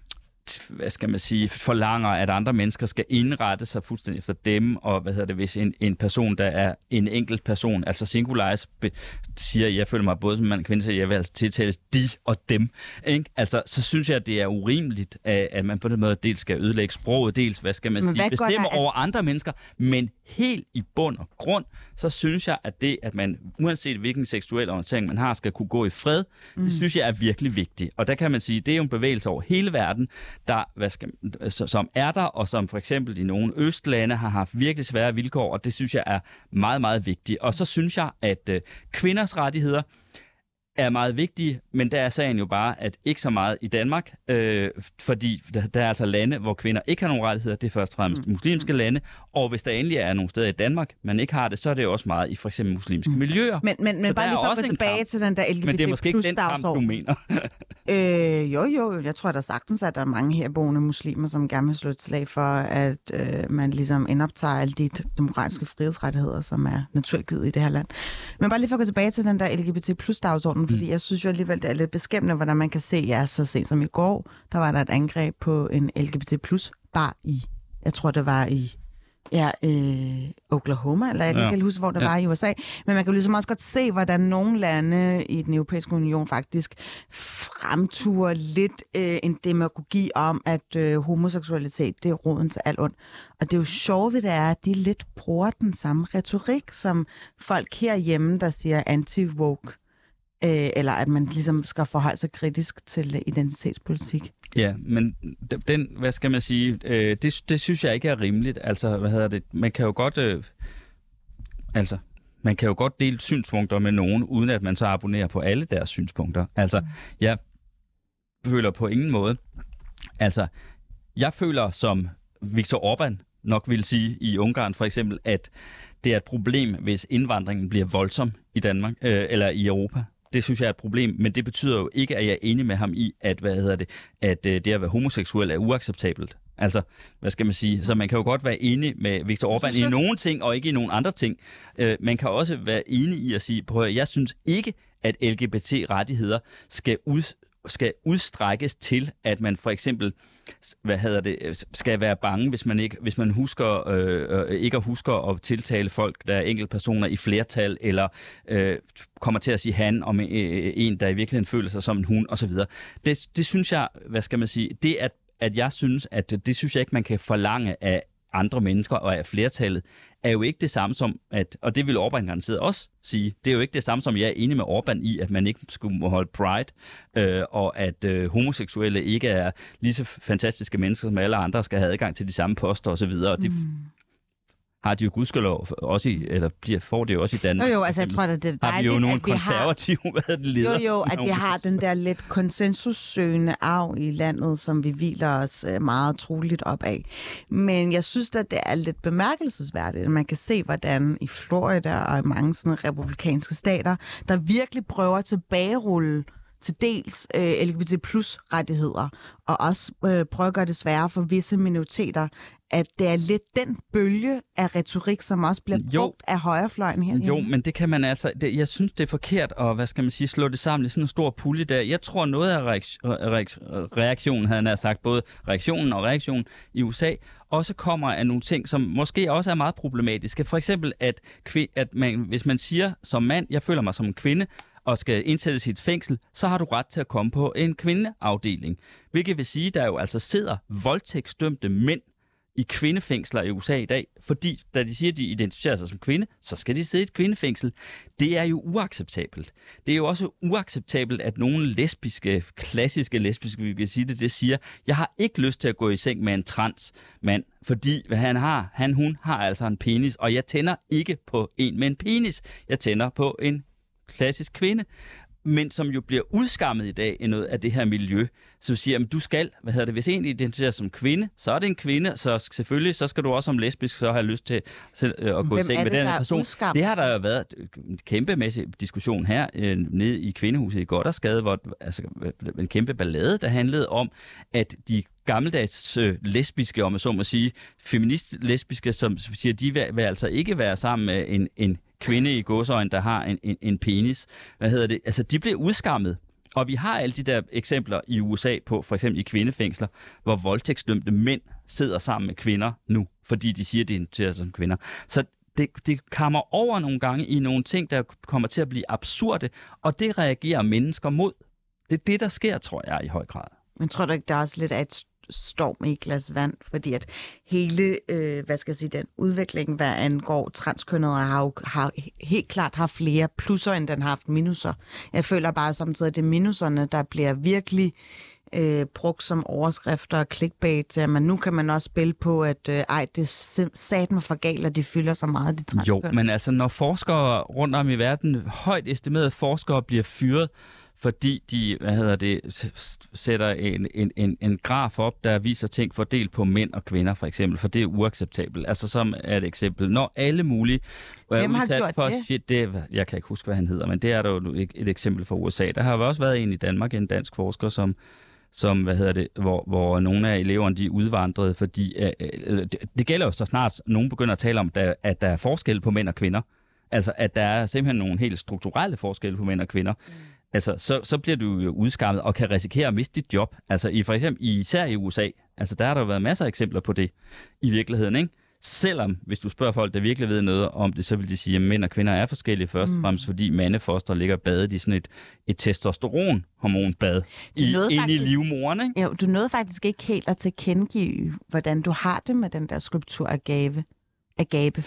forlanger, at andre mennesker skal indrette sig fuldstændig efter dem, og hvis en person, der er en enkelt person, altså singularis, siger, jeg føler mig både som mand og kvinde, så jeg vil altså tiltales de og dem, ikke? Altså, så synes jeg, at det er urimeligt, at man på den måde dels skal ødelægge sproget, dels, bestemme over andre mennesker, men helt i bund og grund, så synes jeg, at det, at man, uanset hvilken seksuel orientering man har, skal kunne gå i fred, det synes jeg er virkelig vigtigt. Og der kan man sige, det er jo en bevægelse over hele verden, som er der, og som for eksempel i nogle østlande har haft virkelig svære vilkår, og det synes jeg er meget, meget vigtigt. Og så synes jeg, at kvinders rettigheder er meget vigtige, men der er sagen jo bare, at ikke så meget i Danmark, fordi der er altså lande, hvor kvinder ikke har nogen rettigheder, det er først og fremmest muslimske lande, og hvis der endelig er nogle steder i Danmark, man ikke har det, så er det jo også meget i for eksempel muslimske miljøer. Men bare lige for at gå tilbage til den der LGBT+. Men det er måske ikke den kamp, du mener. Jo, jeg tror da sagtens, at der er mange herboende muslimer, som gerne vil slå et slag for, at man ligesom indoptager alle de demokratiske frihedsrettigheder, som er naturgivet i det her land. Men bare lige for at gå tilbage til den der LGBT+-dagsorden, fordi jeg synes jo alligevel, det er lidt beskæmmende, hvordan man kan se, så sent som i går, der var der et angreb på en LGBT+-bar i, jeg tror det var i Oklahoma, eller jeg kan ikke huske, hvor det var i USA. Men man kan jo ligesom også godt se, hvordan nogle lande i den europæiske union faktisk fremturer lidt en demagogi om, at homoseksualitet, det er roden til alt ondt. Og det er jo sjovt, det er, at de lidt bruger den samme retorik, som folk herhjemme, der siger anti-woke, eller at man ligesom skal forholde sig kritisk til identitetspolitik. Ja, men den, hvad skal man sige, det synes jeg ikke er rimeligt. Altså, man kan jo godt dele synspunkter med nogen, uden at man så abonnerer på alle deres synspunkter. Altså, jeg føler på ingen måde. Altså, jeg føler, som Viktor Orbán nok vil sige i Ungarn for eksempel, at det er et problem, hvis indvandringen bliver voldsom i Danmark, eller i Europa. Det synes jeg er et problem, men det betyder jo ikke, at jeg er enig med ham i, at at det at være homoseksuel er uacceptabelt. Altså, hvad skal man sige? Så man kan jo godt være enig med Viktor Orbán i nogle ting, og ikke i nogle andre ting. Man kan også være enig i at sige, jeg synes ikke, at LGBT-rettigheder skal udstrækkes til, at man for eksempel skal være bange, hvis man ikke husker at tiltale folk, der er enkeltpersoner i flertal, eller kommer til at sige han om en, der i virkeligheden føler sig som en hun, osv. Det synes jeg, hvad skal man sige, det at jeg synes, at det synes jeg ikke, man kan forlange af andre mennesker og af flertallet, er jo ikke det samme som, og det vil Orbán garanteret også sige, det er jo ikke det samme som, jeg er enig med Orbán i, at man ikke skulle holde Pride, og at homoseksuelle ikke er lige så fantastiske mennesker, som alle andre skal have adgang til de samme poster osv. har de jo gudskelov også i, eller får det jo også i Danmark. Jo, altså jeg tror, at det er dejligt, har vi jo nogle konservative ledere. Jo, at vi har den der lidt konsensussøgende arv i landet, som vi hviler os meget troligt op af. Men jeg synes, at det er lidt bemærkelsesværdigt, at man kan se, hvordan i Florida og i mange sådan republikanske stater, der virkelig prøver at tilbagerulle til dels LGBT plus rettigheder, og også prøver at gøre det sværere for visse minoriteter, at det er lidt den bølge af retorik, som også bliver brugt af højrefløjen her. Jo, men det kan man altså... jeg synes, det er forkert at, slå det sammen i sådan en stor pulje der. Jeg tror, noget af reaktionen, havde han sagt, både reaktionen og reaktionen i USA, også kommer af nogle ting, som måske også er meget problematiske. For eksempel, at hvis man siger som mand, jeg føler mig som en kvinde, og skal indsættes i et fængsel, så har du ret til at komme på en kvindeafdeling. Hvilket vil sige, at der jo altså sidder voldtægtsdømte mænd i kvindefængsler i USA i dag, fordi da de siger, at de identificerer sig som kvinde, så skal de sidde i et kvindefængsel. Det er jo uacceptabelt. Det er jo også uacceptabelt, at nogle klassiske lesbiske, vi kan sige det siger, jeg har ikke lyst til at gå i seng med en transmand, fordi hun har altså en penis, og jeg tænder ikke på en med en penis. Jeg tænder på en klassisk kvinde, men som jo bliver udskammet i dag i noget af det her miljø, som siger, at du skal, hvis en identificerer som kvinde, så er det en kvinde, så selvfølgelig, så skal du også som lesbisk så have lyst til at gå i seng med den her person. Det har der jo været en kæmpemæssig diskussion her nede i Kvindehuset i Gothersgade, hvor en kæmpe ballade, der handlede om, at de gammeldags lesbiske, om man så må sige, feminist-lesbiske, som siger, de vil altså ikke være sammen med en kvinde i gåseøjne, der har en penis. Altså, de bliver udskammet. Og vi har alle de der eksempler i USA på, for eksempel i kvindefængsler, hvor voldtægtsdømte mænd sidder sammen med kvinder nu, fordi de siger, at de identificerer sig som kvinder. Så det kommer over nogle gange i nogle ting, der kommer til at blive absurde, og det reagerer mennesker mod. Det er det, der sker, tror jeg, i høj grad. Men tror du ikke, der er også lidt af et storm i et glas vand, fordi at hele, den udvikling, hvad angår transkønnede, har helt klart haft flere plusser, end den har haft minuser. Jeg føler bare samtidig, at det er minuserne, der bliver virkelig brugt som overskrifter og clickbait, men nu kan man også spille på, at det er satme for galt, at de fylder så meget, de transkønnede. Jo, men altså, når forskere rundt om i verden, højt estimerede forskere, bliver fyret, fordi de, sætter en graf op, der viser ting fordelt på mænd og kvinder, for eksempel, for det er uacceptabelt. Altså, som er et eksempel. Når alle mulige er udsat for shit, jeg kan ikke huske, hvad han hedder, men det er der jo et eksempel fra USA. Der har også været en i Danmark, en dansk forsker, som hvor nogle af eleverne, de er udvandret, fordi det gælder jo så snart, nogen begynder at tale om, at der er forskel på mænd og kvinder. Altså, at der er simpelthen nogle helt strukturelle forskelle på mænd og kvinder. Altså, så bliver du jo udskammet og kan risikere at miste dit job. Altså, for eksempel især i USA, altså der har der jo været masser af eksempler på det i virkeligheden, ikke? Selvom, hvis du spørger folk, der virkelig ved noget om det, så vil de sige, at mænd og kvinder er forskellige først og fremmest, fordi mandefoster ligger badet i sådan et testosteronhormonbad inde i livmoderen, ikke? Jo, du nåede faktisk ikke helt at tilkendegive, hvordan du har det med den der skulptur af Agape.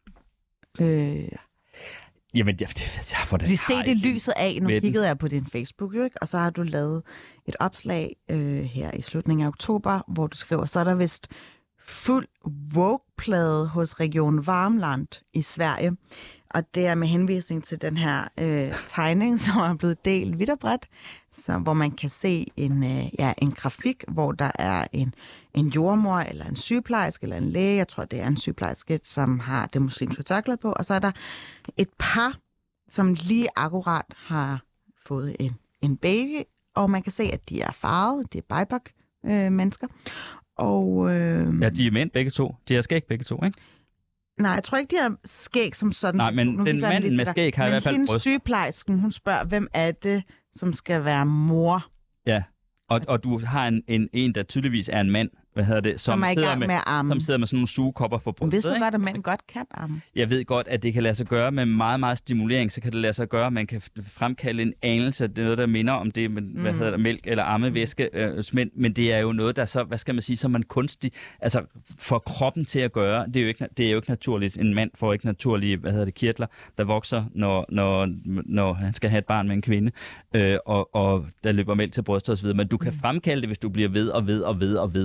Jamen, det ved jeg, hvordan vi ser det lyset af, nu kiggede jeg på din Facebook, jo, ikke? Og så har du lavet et opslag her i slutningen af oktober, hvor du skriver, så er der vist fuld woke-plade hos Region Värmland i Sverige. Og det er med henvisning til den her tegning, som er blevet delt vidt og bredt, hvor man kan se en grafik, hvor der er en jordmor, eller en sygeplejerske, eller en læge, jeg tror, det er en sygeplejerske, som har det muslimske tørklæde på, og så er der et par, som lige akkurat har fået en baby, og man kan se, at de er farvet, det er BIPOC-mennesker. Og, ja, de er mænd begge to. De har skæg begge to, ikke? Nej, jeg tror ikke, de har skæg som sådan. Nej, men den manden med skæg har i hvert fald bryst. Men sygeplejersken, hun spørger, hvem er det, som skal være mor? Ja, og du har en, der tydeligvis er en mand, som er i gang med at amme. Som sidder med sådan nogle sugekopper på brystet. Vidste du godt, at mænd godt kan amme? Jeg ved godt, at det kan lade sig gøre med meget, meget stimulering, så kan det lade sig gøre, at man kan fremkalde en anelse, det er noget, der minder om det, men, mælk eller ammevæske, men det er jo noget, der så, som man kunstigt, altså får kroppen til at gøre. Det er jo ikke naturligt. En mand får ikke naturlige, kirtler, der vokser, når han skal have et barn med en kvinde, og der løber mælk til brystet osv., men du kan fremkalde det, hvis du bliver ved og ved og ved og ved og ved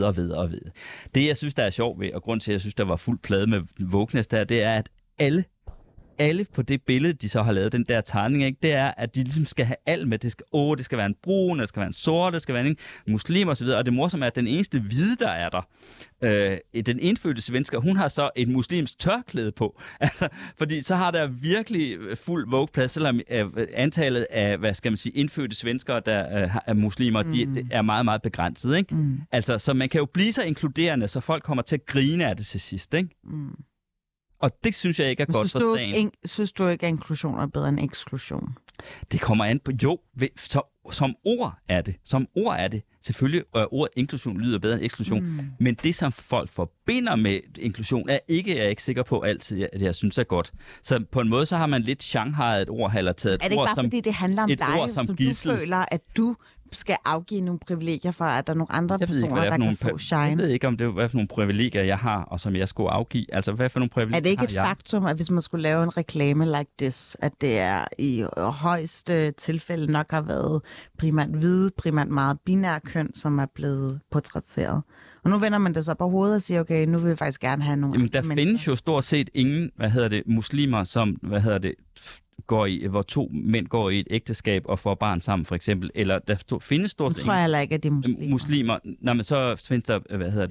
og ved. Det, jeg synes, der er sjovt ved, og grund til, at jeg synes, der var fuld plade med wokeness der, det er, at alle på det billede, de så har lavet, den der tegning, ikke, det er, at de ligesom skal have alt med. Det skal være en brun, det skal være en sort, det skal være en muslim osv. Og det morsomme er, at den eneste hvide, der er der, den indfødte svensker, hun har så et muslims tørklæde på. Altså, fordi så har der virkelig fuld woke-plads, selvom antallet af, indfødte svenskere, der er muslimer, de er meget, meget begrænset. Ikke? Altså, så man kan jo blive så inkluderende, så folk kommer til at grine af det til sidst, ikke? Og det synes jeg ikke er godt for sagen. Synes du ikke, at inklusion er bedre end eksklusion? Det kommer an på, som ord er det. Som ord er det. Selvfølgelig ordet inklusion lyder bedre end eksklusion. Men det, som folk forbinder med inklusion, er jeg ikke sikker på altid, at jeg synes er godt. Så på en måde, så har man lidt Shanghai et ord, eller taget et ord som... Er det ikke bare, fordi det handler om dig, som du gidsel. Føler, at du skal afgive nogle privilegier for, at der er nogle andre personer, der kan få shine? Jeg ved ikke, om det er, hvad for nogle privilegier, jeg har, og som jeg skulle afgive. Altså, hvad for nogle privilegier har jeg? Er det ikke et faktum, at hvis man skulle lave en reklame like this, at det er i højeste tilfælde nok har været primært hvide, primært meget binære køn, som er blevet portrætteret? Og nu vender man det så på hovedet og siger, okay, nu vil vi faktisk gerne have nogle... Jamen, der findes jo stort set ingen, muslimer, som, går i, hvor to mænd går i et ægteskab og får barn sammen, for eksempel. Eller der findes stort set... Nu tror jeg heller ikke, at det er muslimer. Nej, men så findes der,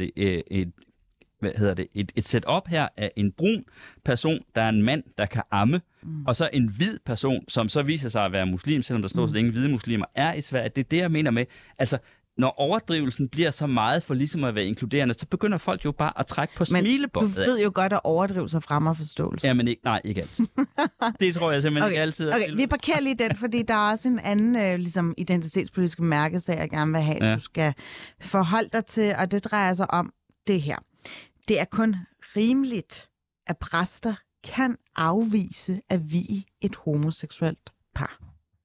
et setup her af en brun person, der er en mand, der kan amme, og så en hvid person, som så viser sig at være muslim, selvom der står, at ingen hvide muslimer er i Sverige. Det er det, jeg mener med. Altså, når overdrivelsen bliver så meget for ligesom at være inkluderende, så begynder folk jo bare at trække på smilebåndet. Men du ved jo godt, at overdrivelse fremmer forståelse. Ja, men ikke altid. Det tror jeg simpelthen ikke altid. Okay, vi parkerer lige den, fordi der er også en anden ligesom identitetspolitisk mærkesag, jeg gerne vil have, at du skal forholde dig til, og det drejer sig om det her. Det er kun rimeligt, at præster kan afvise at vie et homoseksuelt par.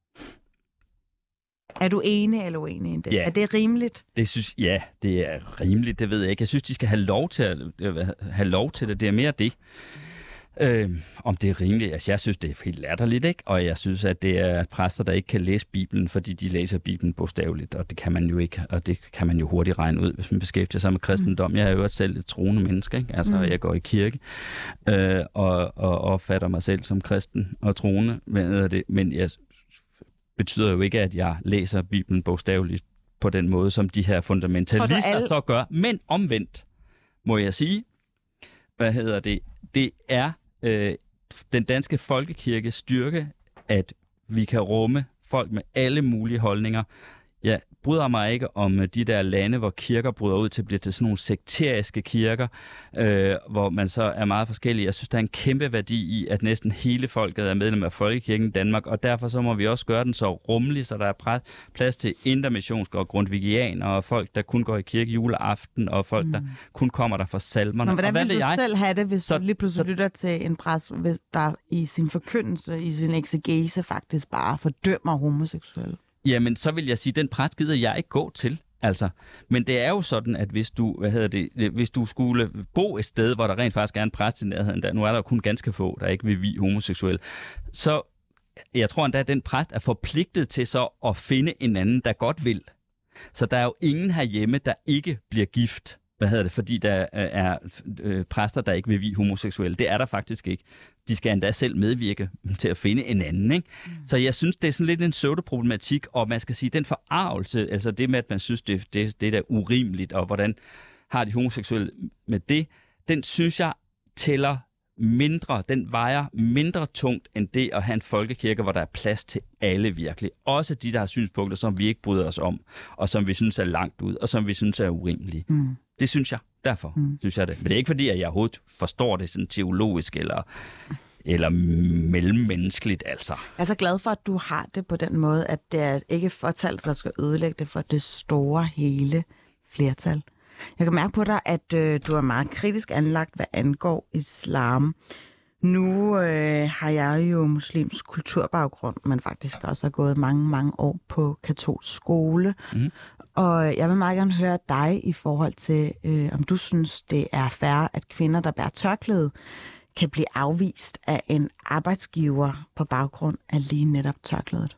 Er du enig eller uenig i det? Ja. Er det rimeligt? Det er rimeligt, det ved jeg ikke. Jeg synes, de skal have lov til det. Det er mere det. Om det er rimeligt. Altså, jeg synes, det er helt latterligt, ikke? Og jeg synes, at det er præster, der ikke kan læse Bibelen, fordi de læser Bibelen bogstaveligt, og det kan man jo ikke, og det kan man jo hurtigt regne ud, hvis man beskæftiger sig med kristendom. Jeg er jo selv et troende menneske, ikke? Altså, jeg går i kirke, og opfatter mig selv som kristen og troende, men jeg betyder jo ikke, at jeg læser Bibelen bogstaveligt på den måde, som de her fundamentalister så gør. Men omvendt, må jeg sige, det er den danske folkekirkes styrke, at vi kan rumme folk med alle mulige holdninger. Jeg bryder mig ikke om de der lande, hvor kirker bryder ud til at blive til sådan nogle sekteriske kirker, hvor man så er meget forskellige. Jeg synes, der er en kæmpe værdi i, at næsten hele folket er medlem af Folkekirken i Danmark, og derfor så må vi også gøre den så rummelig, så der er plads til intermissionske og grundvigianere, og folk, der kun går i kirke juleaften, og folk, der kun kommer der for salmerne. Men hvordan vil du selv have det, hvis du lige pludselig lytter til en præst, der i sin forkyndelse, i sin exegese faktisk bare fordømmer homoseksuelle? Jamen, så vil jeg sige, at den præst gider jeg ikke gå til. Altså, men det er jo sådan, at hvis du skulle bo et sted, hvor der rent faktisk er en præst i nærheden, nu er der jo kun ganske få, der ikke vil vie homoseksuelle, så jeg tror endda, at den præst er forpligtet til så at finde en anden, der godt vil. Så der er jo ingen herhjemme, der ikke bliver gift, fordi der er præster, der ikke vil vie homoseksuelle. Det er der faktisk ikke. De skal endda selv medvirke til at finde en anden, ikke? Så jeg synes, det er sådan lidt en pseudoproblematik, og man skal sige, den forarvelse, altså det med, at man synes, det er urimeligt, og hvordan har de homoseksuelle med det, den synes jeg tæller mindre, den vejer mindre tungt end det at have en folkekirke, hvor der er plads til alle virkelig. Også de, der har synspunkter, som vi ikke bryder os om, og som vi synes er langt ud, og som vi synes er urimelige. Det synes jeg. Derfor synes jeg det. Men det er ikke fordi, at jeg overhovedet forstår det sådan teologisk eller mellemmenneskeligt, altså. Jeg er så glad for, at du har det på den måde, at det er ikke fortal, der skal ødelægge det for det store, hele flertal. Jeg kan mærke på dig, at du er meget kritisk anlagt, hvad angår islam. Nu har jeg jo muslimsk kulturbaggrund, men faktisk også har gået mange, mange år på katolsk skole. Og jeg vil meget gerne høre dig i forhold til, om du synes, det er fair, at kvinder, der bærer tørklæde, kan blive afvist af en arbejdsgiver på baggrund af lige netop tørklædet.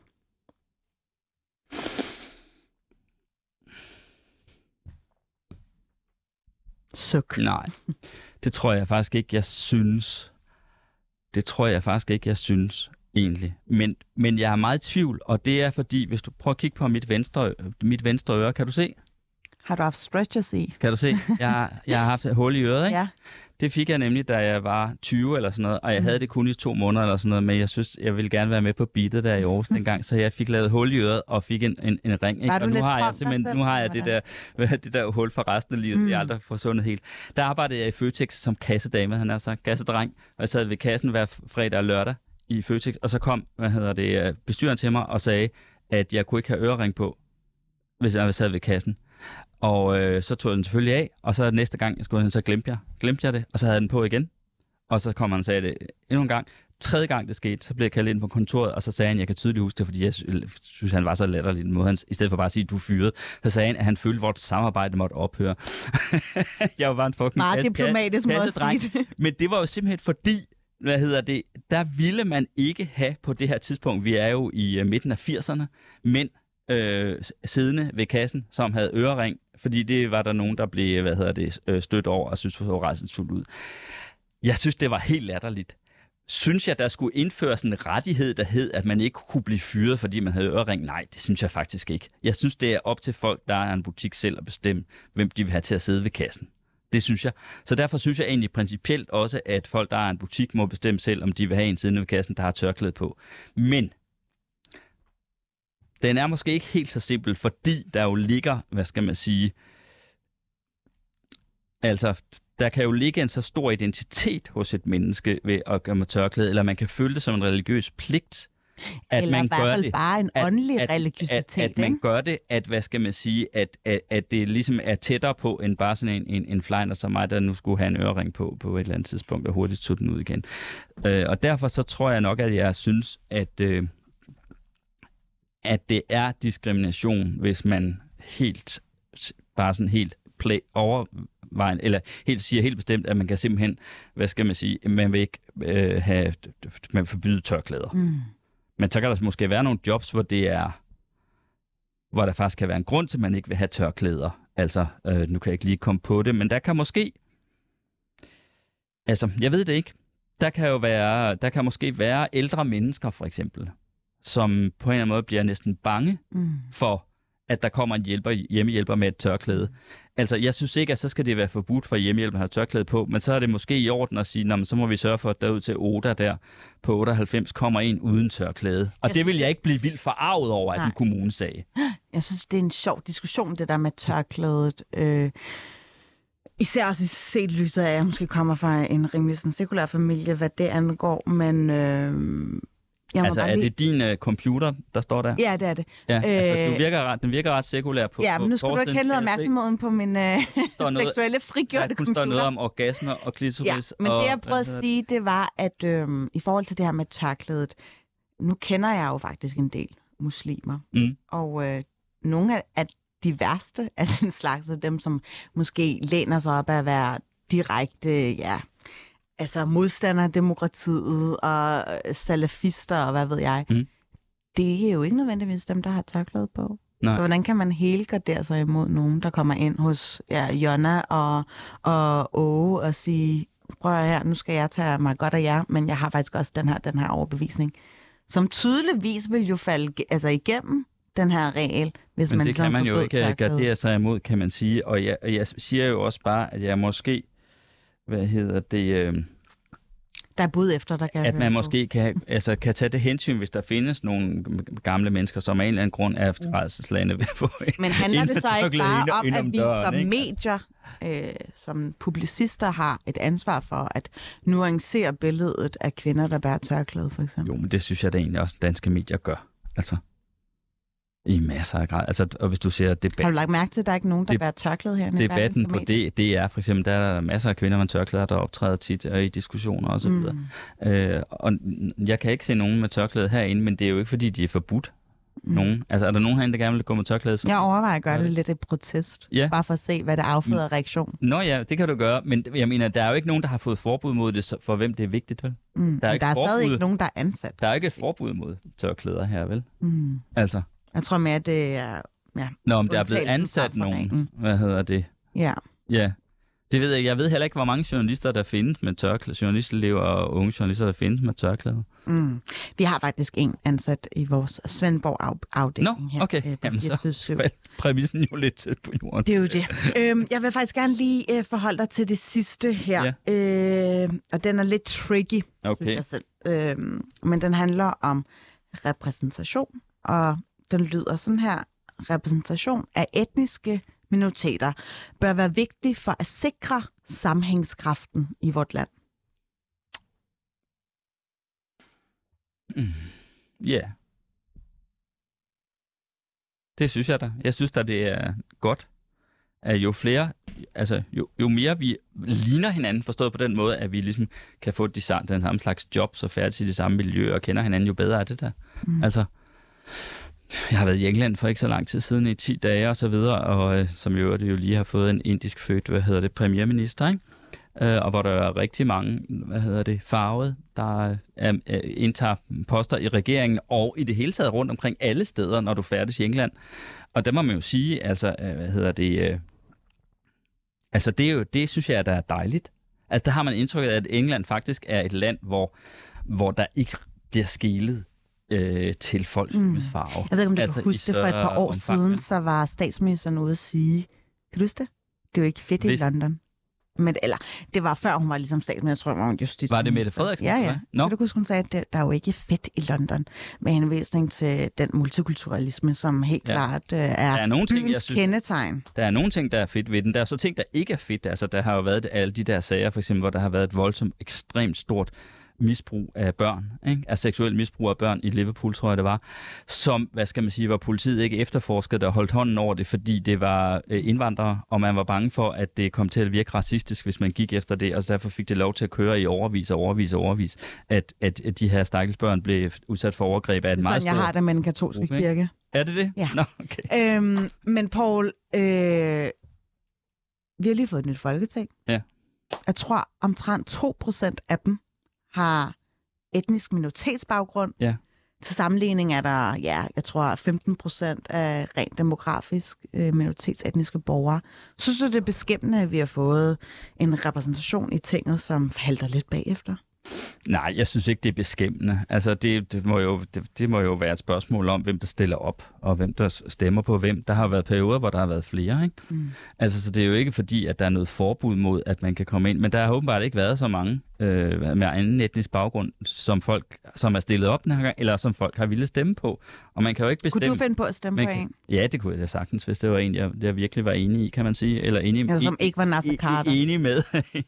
suk. Nej, det tror jeg faktisk ikke, jeg synes. Det tror jeg faktisk ikke, jeg synes, egentlig. Men jeg er meget i tvivl, og det er fordi, hvis du prøver at kigge på mit venstre øre, kan du se? Har du haft stretches i? Kan du se? Jeg har haft et hul i øret, ikke? Ja. Det fik jeg nemlig, da jeg var 20 eller sådan noget, og jeg havde det kun i 2 måneder eller sådan noget, men jeg synes, jeg ville gerne være med på beatet der i Aarhus dengang, så jeg fik lavet hul i øret og fik en ring. Ikke? Og nu har jeg det der hul for resten af livet, jeg aldrig forsvundet helt. Der arbejdede jeg i Føtex som kassedame, han har sagt, kassedreng, og jeg sad ved kassen hver fredag og lørdag i Føtex, og så kom bestyreren til mig og sagde, at jeg kunne ikke have ørering på, hvis jeg sad ved kassen. Og så tog jeg den selvfølgelig af, og så næste gang, jeg skulle hen, så glemte jeg det, og så havde jeg den på igen. Og så kom han og sagde det endnu en gang. 3. gang det skete, så blev jeg kaldt ind på kontoret, og så sagde han, jeg kan tydeligt huske det, fordi jeg synes, han var så latterlig den måde. Han, i stedet for bare at sige, du er fyret, så sagde han, at han følte, at vores samarbejde måtte ophøre. Jeg var bare en fucking meget diplomatisk måde at sige det. Men det var jo simpelthen fordi, der ville man ikke have på det her tidspunkt, vi er jo i midten af 80'erne, mænd, siddende ved kassen, som havde ørering, fordi det var der nogen, der blev stødt over og synes, det var rædselsfuldt ud. Jeg synes, det var helt latterligt. Synes jeg, der skulle indføres en rettighed, der hed, at man ikke kunne blive fyret, fordi man havde ørering? Nej, det synes jeg faktisk ikke. Jeg synes, det er op til folk, der er en butik selv at bestemme, hvem de vil have til at sidde ved kassen. Det synes jeg. Så derfor synes jeg egentlig principielt også, at folk, der er en butik, må bestemme selv, om de vil have en siddende ved kassen, der har tørklæde på. Men den er måske ikke helt så simpel, fordi der jo ligger, altså, der kan jo ligge en så stor identitet hos et menneske ved at gøre med tørklæde, eller man kan føle det som en religiøs pligt, at eller man gør det. bare en åndelig religiøsitet, at man gør det, at at det ligesom er tættere på end bare sådan en flejner som mig, der nu skulle have en ørering på et eller andet tidspunkt, og hurtigt tog den ud igen. Og derfor så tror jeg nok, at jeg synes, at det er diskrimination, hvis man helt overvejen, eller siger helt bestemt, at man kan simpelthen, man vil ikke man forbyde tørklæder. Men så kan der måske være nogle jobs, hvor der faktisk kan være en grund til, at man ikke vil have tørklæder. Altså, nu kan jeg ikke lige komme på det, men der kan måske, altså, jeg ved det ikke. Der kan måske være ældre mennesker, for eksempel, som på en eller anden måde bliver næsten bange for, at der kommer en hjemmehjælper med et tørklæde. Altså, jeg synes ikke, at så skal det være forbudt for hjemmehjælper at have tørklæde på, men så er det måske i orden at sige, så må vi sørge for, at derud til Oda der på 98 kommer en uden tørklæde. Og det vil jeg ikke blive vildt forarvet over, at en kommune sagde. Jeg synes, det er en sjov diskussion, det der med tørklædet. Især også set lyset af, at jeg måske kommer fra en rimelig sekulær familie, hvad det angår, men altså, er det din computer, der står der? Ja, det er det. Ja, den virker ret sekulær på. Ja, men nu skulle du ikke hælde opmærksomheden på min seksuelle frigjorte computer. Der står noget om orgasme og klitoris. Ja, men det jeg prøvede at sige, det var, at i forhold til det her med tørklædet, nu kender jeg jo faktisk en del muslimer, og nogle af de værste af sin slags er dem, som måske læner sig op af at være direkte, altså modstander af demokratiet og salafister og hvad ved jeg. Det er jo ikke nødvendigvis dem, der har tørklæde på. Nej. Så hvordan kan man helgardere sig imod nogen, der kommer ind hos Jonna og Åge og sige, prøv her, nu skal jeg tage mig godt af jer, men jeg har faktisk også den her overbevisning, som tydeligvis vil jo falde igennem den her regel, hvis men man det kan man jo ikke gardere sig imod, kan man sige. Og jeg siger jo også bare, at jeg måske, der er bud efter, der kan... At man måske kan tage det hensyn, hvis der findes nogle gamle mennesker, som af en eller anden grund er rædselslagne ved at få men handler det så ikke bare om, at vi som medier, som publicister har et ansvar for at nuancere billedet af kvinder, der bærer tørklæde, for eksempel? Jo, men det synes jeg da egentlig også, danske medier gør. Altså, i masser af grad. Altså, og hvis du ser debat... Har du lagt mærke til, at der er ikke nogen, der bærer tørklæde her? Debatten på DR, for eksempel, der er der masser af kvinder med tørklæder, der optræder tit i diskussioner og så videre. Og jeg kan ikke se nogen med tørklæde herinde, men det er jo ikke, fordi de er forbudt. Nogen. Altså, er der nogen herinde, der gerne vil gå med tørklæde? Jeg overvejer at gøre det lidt et protest. Ja. Bare for at se, hvad det afføder reaktion. Nå ja, det kan du gøre. Men jeg mener, der er jo ikke nogen, der har fået forbud mod det, for hvem det er vigtigt, vel? Der er stadig ikke nogen, der er ansat. Der er ikke et forbud mod tørklæder her, vel? Altså... Jeg tror mere, at det er... Ja, om der er blevet ansat nogen. Ja. Ja. Det ved jeg. Jeg ved heller ikke, hvor mange journalister, der findes med tørklæde. Journalistelever og unge journalister, der findes med tørklæde. Vi har faktisk en ansat i vores Svendborg-afdeling her. Okay. Jamen, så faldt præmissen jo lidt tæt på jorden. Det er jo det. Jeg vil faktisk gerne lige forholde dig til det sidste her. Ja. Og den er lidt tricky, synes jeg selv. Men den handler om repræsentation, og den lyder sådan her. Repræsentation af etniske minoriteter bør være vigtig for at sikre sammenhængskraften i vort land. Ja. Yeah. Det synes jeg da. Jeg synes da, det er godt, at jo flere, altså jo mere vi ligner hinanden, forstået på den måde, at vi ligesom kan få den samme slags jobs og færdigt i det samme miljø og kender hinanden, jo bedre er det der. Altså, jeg har været i England for ikke så lang tid siden, i 10 dage og så videre, og som jo lige har fået en indisk født, premierminister, ikke? Og hvor der er rigtig mange, farvede, der indtager poster i regeringen, og i det hele taget rundt omkring alle steder, når du færdes i England. Og der må man jo sige, altså, det synes jeg, der er dejligt. Altså, der har man indtrykket af, at England faktisk er et land, hvor der ikke bliver skelet til folks farve. Jeg ved ikke, om du kan huske det, for et par år siden, så var statsministeren ude at sige, kan du huske det? Det er jo ikke fedt i London. Men, eller, det var før hun var ligesom statsminister, jeg tror, hun var justitsminister. Var det Mette Frederiksen? Ja. No. Kan du huske, hun sagde, at der er jo ikke fedt i London, med henvisning til den multikulturalisme, som helt klart er byens kendetegn. Der er nogle ting, der er fedt ved den. Der er så ting, der ikke er fedt. Altså, der har jo været alle de der sager, for eksempel, hvor der har været et voldsomt, ekstremt stort misbrug af børn, ikke? Altså seksuel misbrug af børn i Liverpool, tror jeg det var, som, hvor politiet ikke efterforskede det og holdt hånden over det, fordi det var indvandrere, og man var bange for, at det kom til at virke racistisk, hvis man gik efter det, og så derfor fik det lov til at køre i overvis, at de her stakkels børn blev udsat for overgreb af et meget stort... jeg har det med den katolske kirke. Er det det? Ja. Nå, okay. Men Poul, vi har lige fået et nyt folketing. Ja. Jeg tror, omtrent 2% af dem har etnisk minoritetsbaggrund. Ja. Til sammenligning er der, jeg tror 15% af rent demografisk minoritetsetniske borgere. Synes du, det er beskæmmende, at vi har fået en repræsentation i tinget, som halter lidt bagefter? Nej, jeg synes ikke, det er beskæmmende. Altså, det må jo være et spørgsmål om, hvem der stiller op, og hvem der stemmer på hvem. Der har været perioder, hvor der har været flere, ikke? Altså, så det er jo ikke fordi, at der er noget forbud mod, at man kan komme ind. Men der har åbenbart ikke været så mange med anden etnisk baggrund, som er stillet op den her gang, eller som folk har ville stemme på. Og man kan jo ikke bestemme... Kunne du finde på at stemme på en? Ja, det kunne jeg da sagtens, hvis det var en, jeg virkelig var enig i, kan man sige. Eller som ikke var Nasser Carter. Enig med.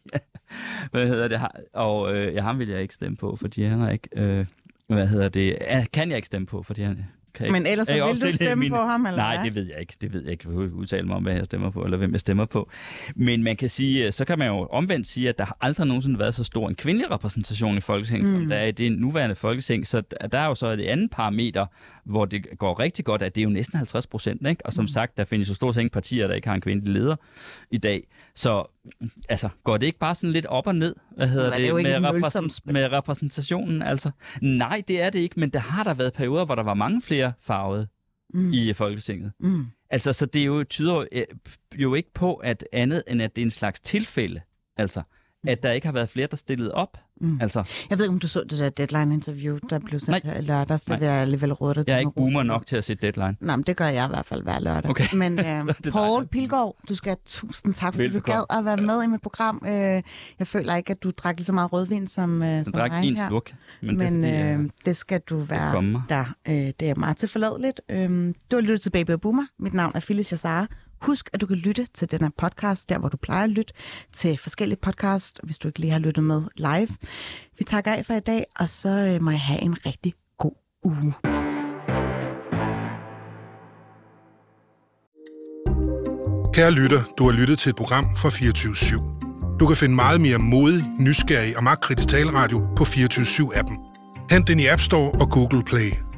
Og ham vil jeg ikke stemme på, fordi han har ikke... kan jeg ikke stemme på, fordi han... Men ellers så vil du stemme på ham, eller Nej, det ved jeg ikke. Det ved jeg ikke. Jeg vil udtale mig om, hvad jeg stemmer på, eller hvem jeg stemmer på. Men man kan sige, så kan man jo omvendt sige, at der har aldrig nogensinde været så stor en kvindelig repræsentation i Folketinget, som der er i det nuværende Folketing. Så der er jo så et andet parameter, hvor det går rigtig godt, at det er jo næsten 50%, ikke? Og som sagt, der findes jo stort set partier, der ikke har en kvindelig leder i dag. Så altså, går det ikke bare sådan lidt op og ned, med repræsentationen? Altså? Nej, det er det ikke, men der har der været perioder, hvor der var mange flere farvede i Folketinget. Altså, så det tyder jo ikke på, at andet end at det er en slags tilfælde, altså, at der ikke har været flere, der stillede op. Altså. Jeg ved ikke, om du så det der Deadline-interview, der blev sendt her i lørdag, så vil jeg alligevel råde dig til. Jeg er ikke boomer nok til at se Deadline. Nej, men det gør jeg i hvert fald hver lørdag. Okay. Men Poul Pilgaard, du skal have tusind tak, fordi du gad at være med i mit program. Jeg føler ikke, at du drak lige så meget rødvin som jeg drak en sluk. Men det skal du være der. Det er meget tilforladeligt. Du har lyttet til Baby og Boomer. Mit navn er Phyllis Jassara. Husk, at du kan lytte til den her podcast, der hvor du plejer at lytte til forskellige podcasts, hvis du ikke lige har lyttet med live. Vi takker af for i dag, og så må jeg have en rigtig god uge. Kære lytter, du har lyttet til et program fra 24/7. Du kan finde meget mere modig, nysgerrig og magtkritisk taleradio på 24/7-appen. Hent den i App Store og Google Play.